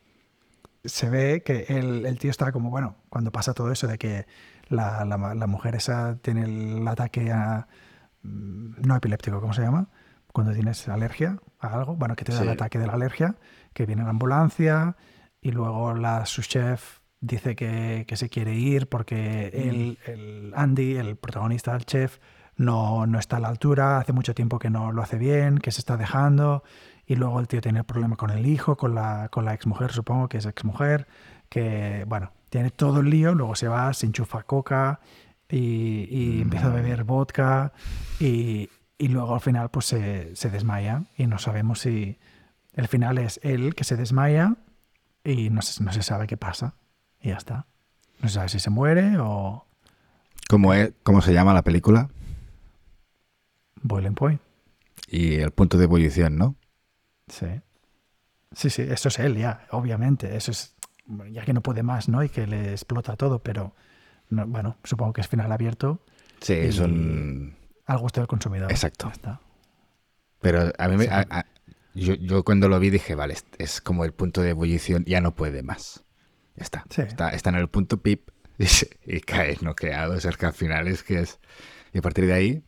Se ve que el, el tío está como, bueno, cuando pasa todo eso de que la, la- la mujer esa tiene el ataque a, mm, no epiléptico, ¿cómo se llama? Cuando tienes alergia a algo, bueno, que te da el sí. ataque de la alergia, que viene la ambulancia y luego la su chef dice que, que se quiere ir porque él, el Andy, el protagonista, el chef, no, no está a la altura, hace mucho tiempo que no lo hace bien, que se está dejando, y luego el tío tiene el problema con el hijo, con la, con la exmujer, supongo que es exmujer, que, bueno, tiene todo el lío, luego se va, se enchufa coca y, y empieza a beber vodka y, y luego al final pues se, se desmaya y no sabemos si el final es él que se desmaya y no se, no se sabe qué pasa y ya está. No se sabe si se muere o ¿Cómo, es, ¿Cómo se llama la película? Boiling Point. Y el punto de ebullición, ¿no? Sí. Sí, sí, eso es él ya, obviamente. Eso es ya que no puede más, ¿no? Y que le explota todo, pero no, bueno, supongo que es final abierto Sí, y es un... al gusto del consumidor. Exacto. Ya está. Pero a mí me, Sí, a- a- yo, yo cuando lo vi dije, vale, es, es como el punto de ebullición, ya no puede más. Ya está. Sí. Está, está en el punto pip y, se- y cae noqueado. O sea, es que al final es que es... Y a partir de ahí,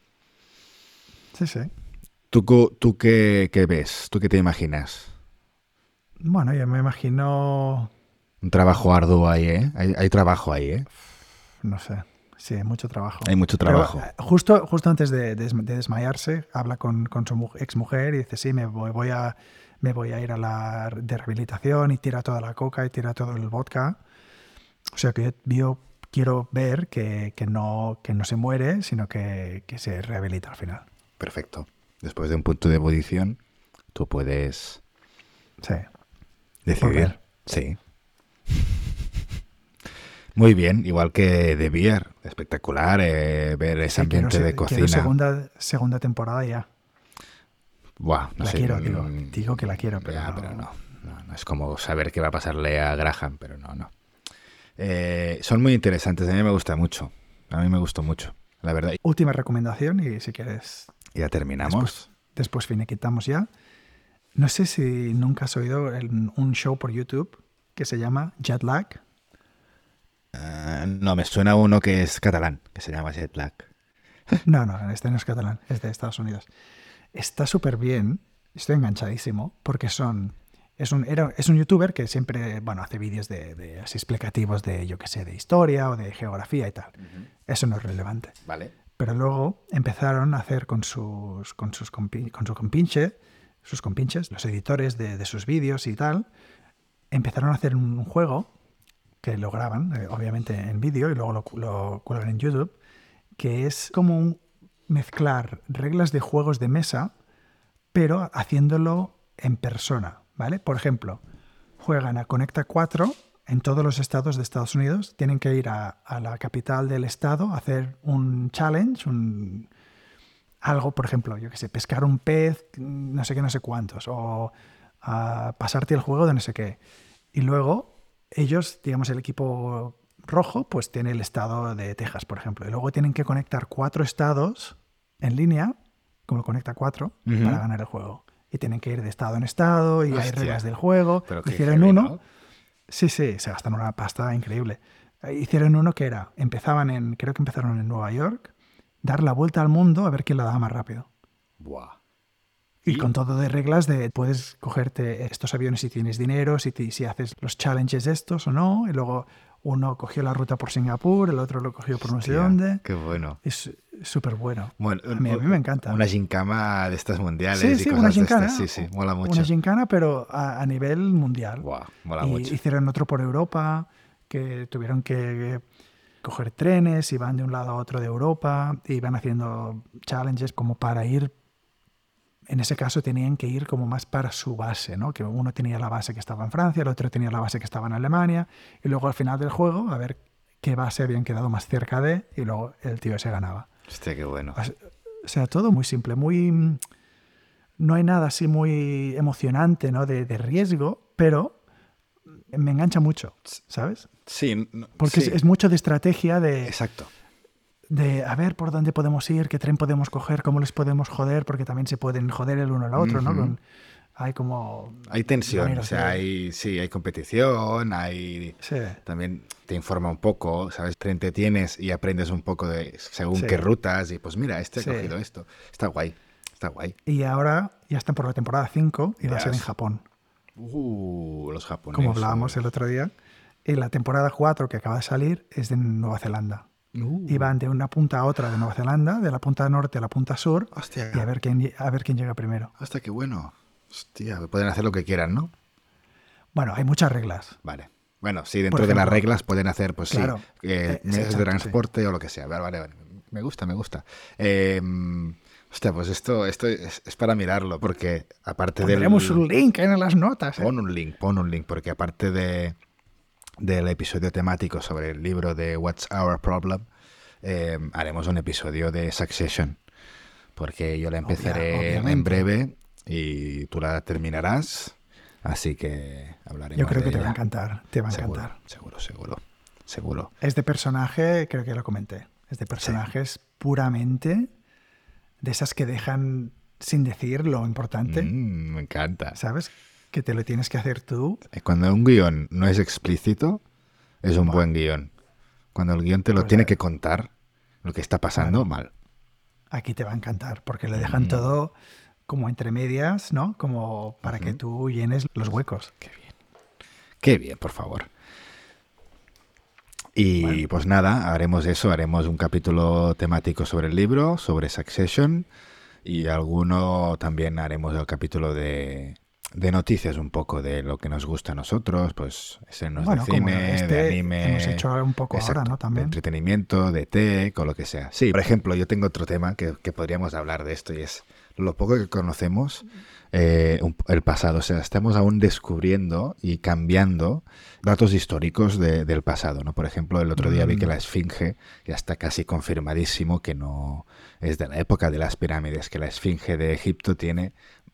Sí, sí. ¿tú, co- tú qué, qué ves? ¿Tú qué te imaginas? Bueno, yo me imagino, Un trabajo arduo ahí, ¿eh? Hay, hay trabajo ahí, ¿eh? no sé, sí, mucho trabajo. Hay mucho Pero, trabajo. eh, justo, justo antes de, de desm- de desmayarse, habla con, con su mu- exmujer y dice, sí, me voy, voy a, me voy a ir a la de rehabilitación y tira toda la coca y tira todo el vodka. O sea que yo quiero ver que, que, no, que no se muere, sino que, que se rehabilita al final. Perfecto. Después de un punto de ebullición, tú puedes Sí. decidir. Volver. Sí. Muy bien, igual que The Beer. Espectacular eh, ver ese Sí, quiero, ambiente se- de quiero cocina. segunda, segunda temporada ya. Buah, no La sé, quiero, mm, digo, digo que la quiero, pero ya, no. pero no, no, no es como saber qué va a pasarle a Graham, pero no, no. Eh, son muy interesantes, a mí me gusta mucho. A mí me gustó mucho, la verdad. Última recomendación y si quieres... Ya terminamos. Después, después finiquitamos ya. No sé si nunca has oído el, un show por YouTube que se llama Jetlag. Uh, no, me suena uno que es catalán, que se llama Jetlag. No, no, este no es catalán, es de Estados Unidos. Está súper bien, estoy enganchadísimo, porque son... Es un, era, es un youtuber que siempre, bueno, hace vídeos de, de así explicativos de, yo qué sé, de historia o de geografía y tal. Uh-huh. Eso no es relevante. Vale. Pero luego empezaron a hacer con sus, con sus compi, con su compinche, sus compinches, los editores de, de sus vídeos y tal, empezaron a hacer un juego que lo graban, eh, obviamente en vídeo, y luego lo, lo cuelgan en YouTube, que es como un mezclar reglas de juegos de mesa, pero haciéndolo en persona, ¿vale? Por ejemplo, juegan a Conecta cuatro en todos los estados de Estados Unidos, tienen que ir a, a la capital del estado a hacer un challenge, un, algo, por ejemplo, yo qué sé, pescar un pez, no sé qué, no sé cuántos, o a pasarte el juego de no sé qué. Y luego ellos, digamos, el equipo rojo, pues tiene el estado de Texas, por ejemplo, y luego tienen que conectar cuatro estados en línea, como Conecta cuatro, uh-huh. para ganar el juego. Y tienen que ir de estado en estado y Hostia. Hay reglas del juego. Pero hicieron uno. ¿No? Sí, sí, se gastan una pasta increíble. Hicieron uno que era, empezaban en, creo que empezaron en Nueva York, dar la vuelta al mundo a ver quién la daba más rápido. Buah. Y, y con todo de reglas de puedes cogerte estos aviones si tienes dinero, si, te, si haces los challenges estos o no, y luego uno cogió la ruta por Singapur, el otro lo cogió por no sé dónde. Qué bueno. Es súper bueno. bueno a, mí, a mí me encanta. Una gincana de estas mundiales sí, y sí, cosas una gincana, de estas. Sí, sí, mola mucho. Una gincana, pero a, a nivel mundial. Wow, mola y mucho. Hicieron otro por Europa, que tuvieron que coger trenes y van de un lado a otro de Europa y van haciendo challenges como para ir. En ese caso tenían que ir como más para su base, ¿no? Que uno tenía la base que estaba en Francia, el otro tenía la base que estaba en Alemania, y luego al final del juego a ver qué base habían quedado más cerca de, y luego el tío ese ganaba. Hostia, qué bueno. O sea, todo muy simple, muy... No hay nada así muy emocionante, ¿no? De, de riesgo, pero me engancha mucho, ¿sabes? Sí. No, Porque sí. Es, es mucho de estrategia de... Exacto. De a ver por dónde podemos ir, qué tren podemos coger, cómo les podemos joder, porque también se pueden joder el uno al otro, uh-huh. ¿no? Con, hay como... Hay tensión, o sea, de... hay, sí, hay competición, hay... Sí. También te informa un poco, ¿sabes? Te entretienes y aprendes un poco de según sí. qué rutas y pues mira, este ha sí. cogido esto. Está guay, está guay. Y ahora ya están por la temporada cinco y yes. va a ser en Japón. Uh, los japoneses. Como hablábamos el otro día. Y la temporada cuatro que acaba de salir es de Nueva Zelanda. Uh. Y van de una punta a otra de Nueva Zelanda, de la punta norte a la punta sur. Hostia. Y a ver quién, a ver quién llega primero. Hostia, qué bueno. Hostia, pueden hacer lo que quieran, ¿no? Bueno, hay muchas reglas. Vale. Bueno, sí, dentro ejemplo, de las reglas pueden hacer, pues claro, sí, eh, medios de transporte sí. o lo que sea. Vale, vale, vale. Me gusta, me gusta. Eh, hostia, pues esto, esto es, es para mirarlo, porque aparte de... Pondremos del... un link en las notas. ¿eh? Pon un link, pon un link, porque aparte de del episodio temático sobre el libro de What's Our Problem, eh, haremos un episodio de Succession, porque yo la empezaré Obvia, en breve y tú la terminarás, así que hablaremos. Yo creo de que ella. te va a encantar, te va a seguro, encantar. Seguro, seguro, seguro. Este personaje, creo que lo comenté, es de personajes sí. puramente de esas que dejan sin decir lo importante. Mm, me encanta. ¿Sabes? Que te lo tienes que hacer tú. Cuando un guión no es explícito, es un bueno. buen guión. Cuando el guión te lo pues tiene que contar, lo que está pasando, bueno, mal. Aquí te va a encantar, porque le dejan mm. todo como entre medias, ¿no? Como para uh-huh. que tú llenes los huecos. Qué bien. Qué bien, por favor. Y bueno. pues nada, haremos eso, haremos un capítulo temático sobre el libro, sobre Succession, y alguno también haremos el capítulo de... de noticias un poco de lo que nos gusta a nosotros, pues estrenos bueno, de cine, este de anime. Hemos hecho un poco exacto, ahora, ¿no? También. De entretenimiento, de tech o lo que sea. Sí, por ejemplo, yo tengo otro tema que, que podríamos hablar de esto y es lo poco que conocemos eh, el pasado. O sea, estamos aún descubriendo y cambiando datos históricos de, del pasado, ¿no? Por ejemplo, el otro día mm. vi que la Esfinge ya está casi confirmadísimo que no es de la época de las pirámides, que la Esfinge de Egipto tiene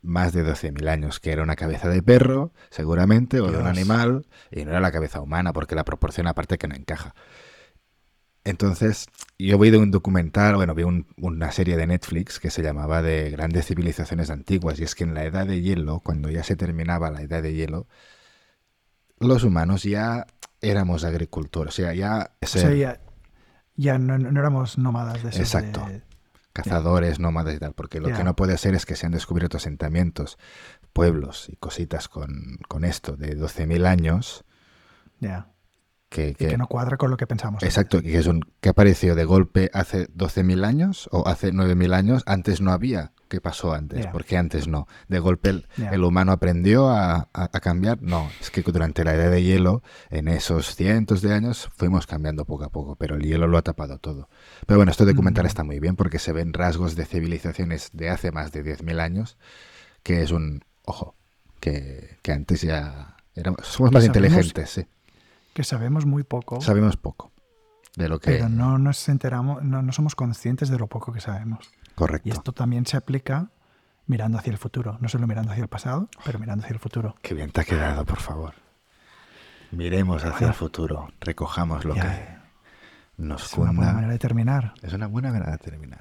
más de doce mil años, que era una cabeza de perro, seguramente, o de un Dios. animal, y no era la cabeza humana, porque la proporción aparte que no encaja. Entonces, yo vi de un documental, bueno, vi un- una serie de Netflix que se llamaba de Grandes Civilizaciones Antiguas, y es que en la Edad de Hielo, cuando ya se terminaba la Edad de Hielo, los humanos ya éramos agricultores, o sea, ya O sea, ser, ya, ya no, no éramos nómadas de esos exacto, de... Ya, cazadores, nómadas y tal, porque lo que ya, no puede ser es que se han descubierto asentamientos, pueblos y cositas con, con esto de doce mil años, ya. que, Y que que no cuadra con lo que pensamos exacto, antes. que es un que apareció de golpe hace doce mil años o hace nueve mil años, antes no había. ¿Qué pasó antes? Ya, ¿Por qué antes no? ¿De golpe el, ya. el humano aprendió a, a- a cambiar? No, es que durante la edad de hielo, en esos cientos de años, fuimos cambiando poco a poco, pero el hielo lo ha tapado todo. Pero bueno, este documental Mm, está muy bien porque se ven rasgos de civilizaciones de hace más de diez mil años, que es un, ojo, que, que antes ya éramos, somos que más sabemos, inteligentes, sí. que sabemos muy poco, Sabemos poco de lo pero que... no nos enteramos, no, no somos conscientes de lo poco que sabemos. Y Correcto. esto también se aplica mirando hacia el futuro, no solo mirando hacia el pasado, pero mirando hacia el futuro. Qué bien te ha quedado, por favor. Miremos hacia Bueno, el futuro, recojamos lo que ya nos es una buena cunda. manera de terminar. Es una buena manera de terminar.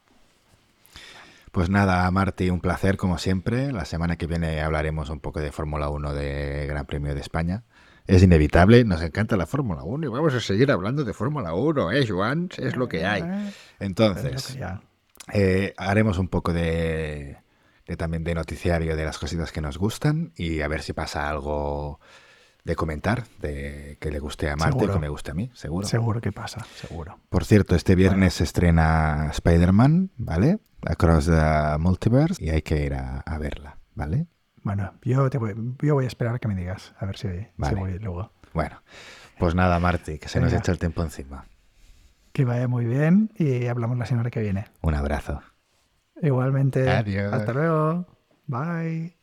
Pues nada, Marti, un placer como siempre. La semana que viene hablaremos un poco de Fórmula uno de Gran Premio de España. Es inevitable, nos encanta la Fórmula uno y vamos a seguir hablando de Fórmula uno, ¿eh, Joan? Es lo que hay. Eh, Es lo que Entonces, ya. eh, haremos un poco de, de también de noticiario de las cositas que nos gustan y a ver si pasa algo de comentar, de que le guste a Marte, que Seguro, me guste a mí, seguro. seguro que pasa, seguro. Por cierto, este viernes Bueno, se estrena Spider-Man, ¿vale? Across the Multiverse y hay que ir a, a verla, ¿vale? bueno, yo, te voy, yo voy a esperar a que me digas, a ver si, si Vale. voy luego. Bueno, pues nada, Marti, que se nos Venga. echa el tiempo encima. Que vaya muy bien y hablamos la semana que viene. Un abrazo. Igualmente. Adiós. Hasta luego. Bye.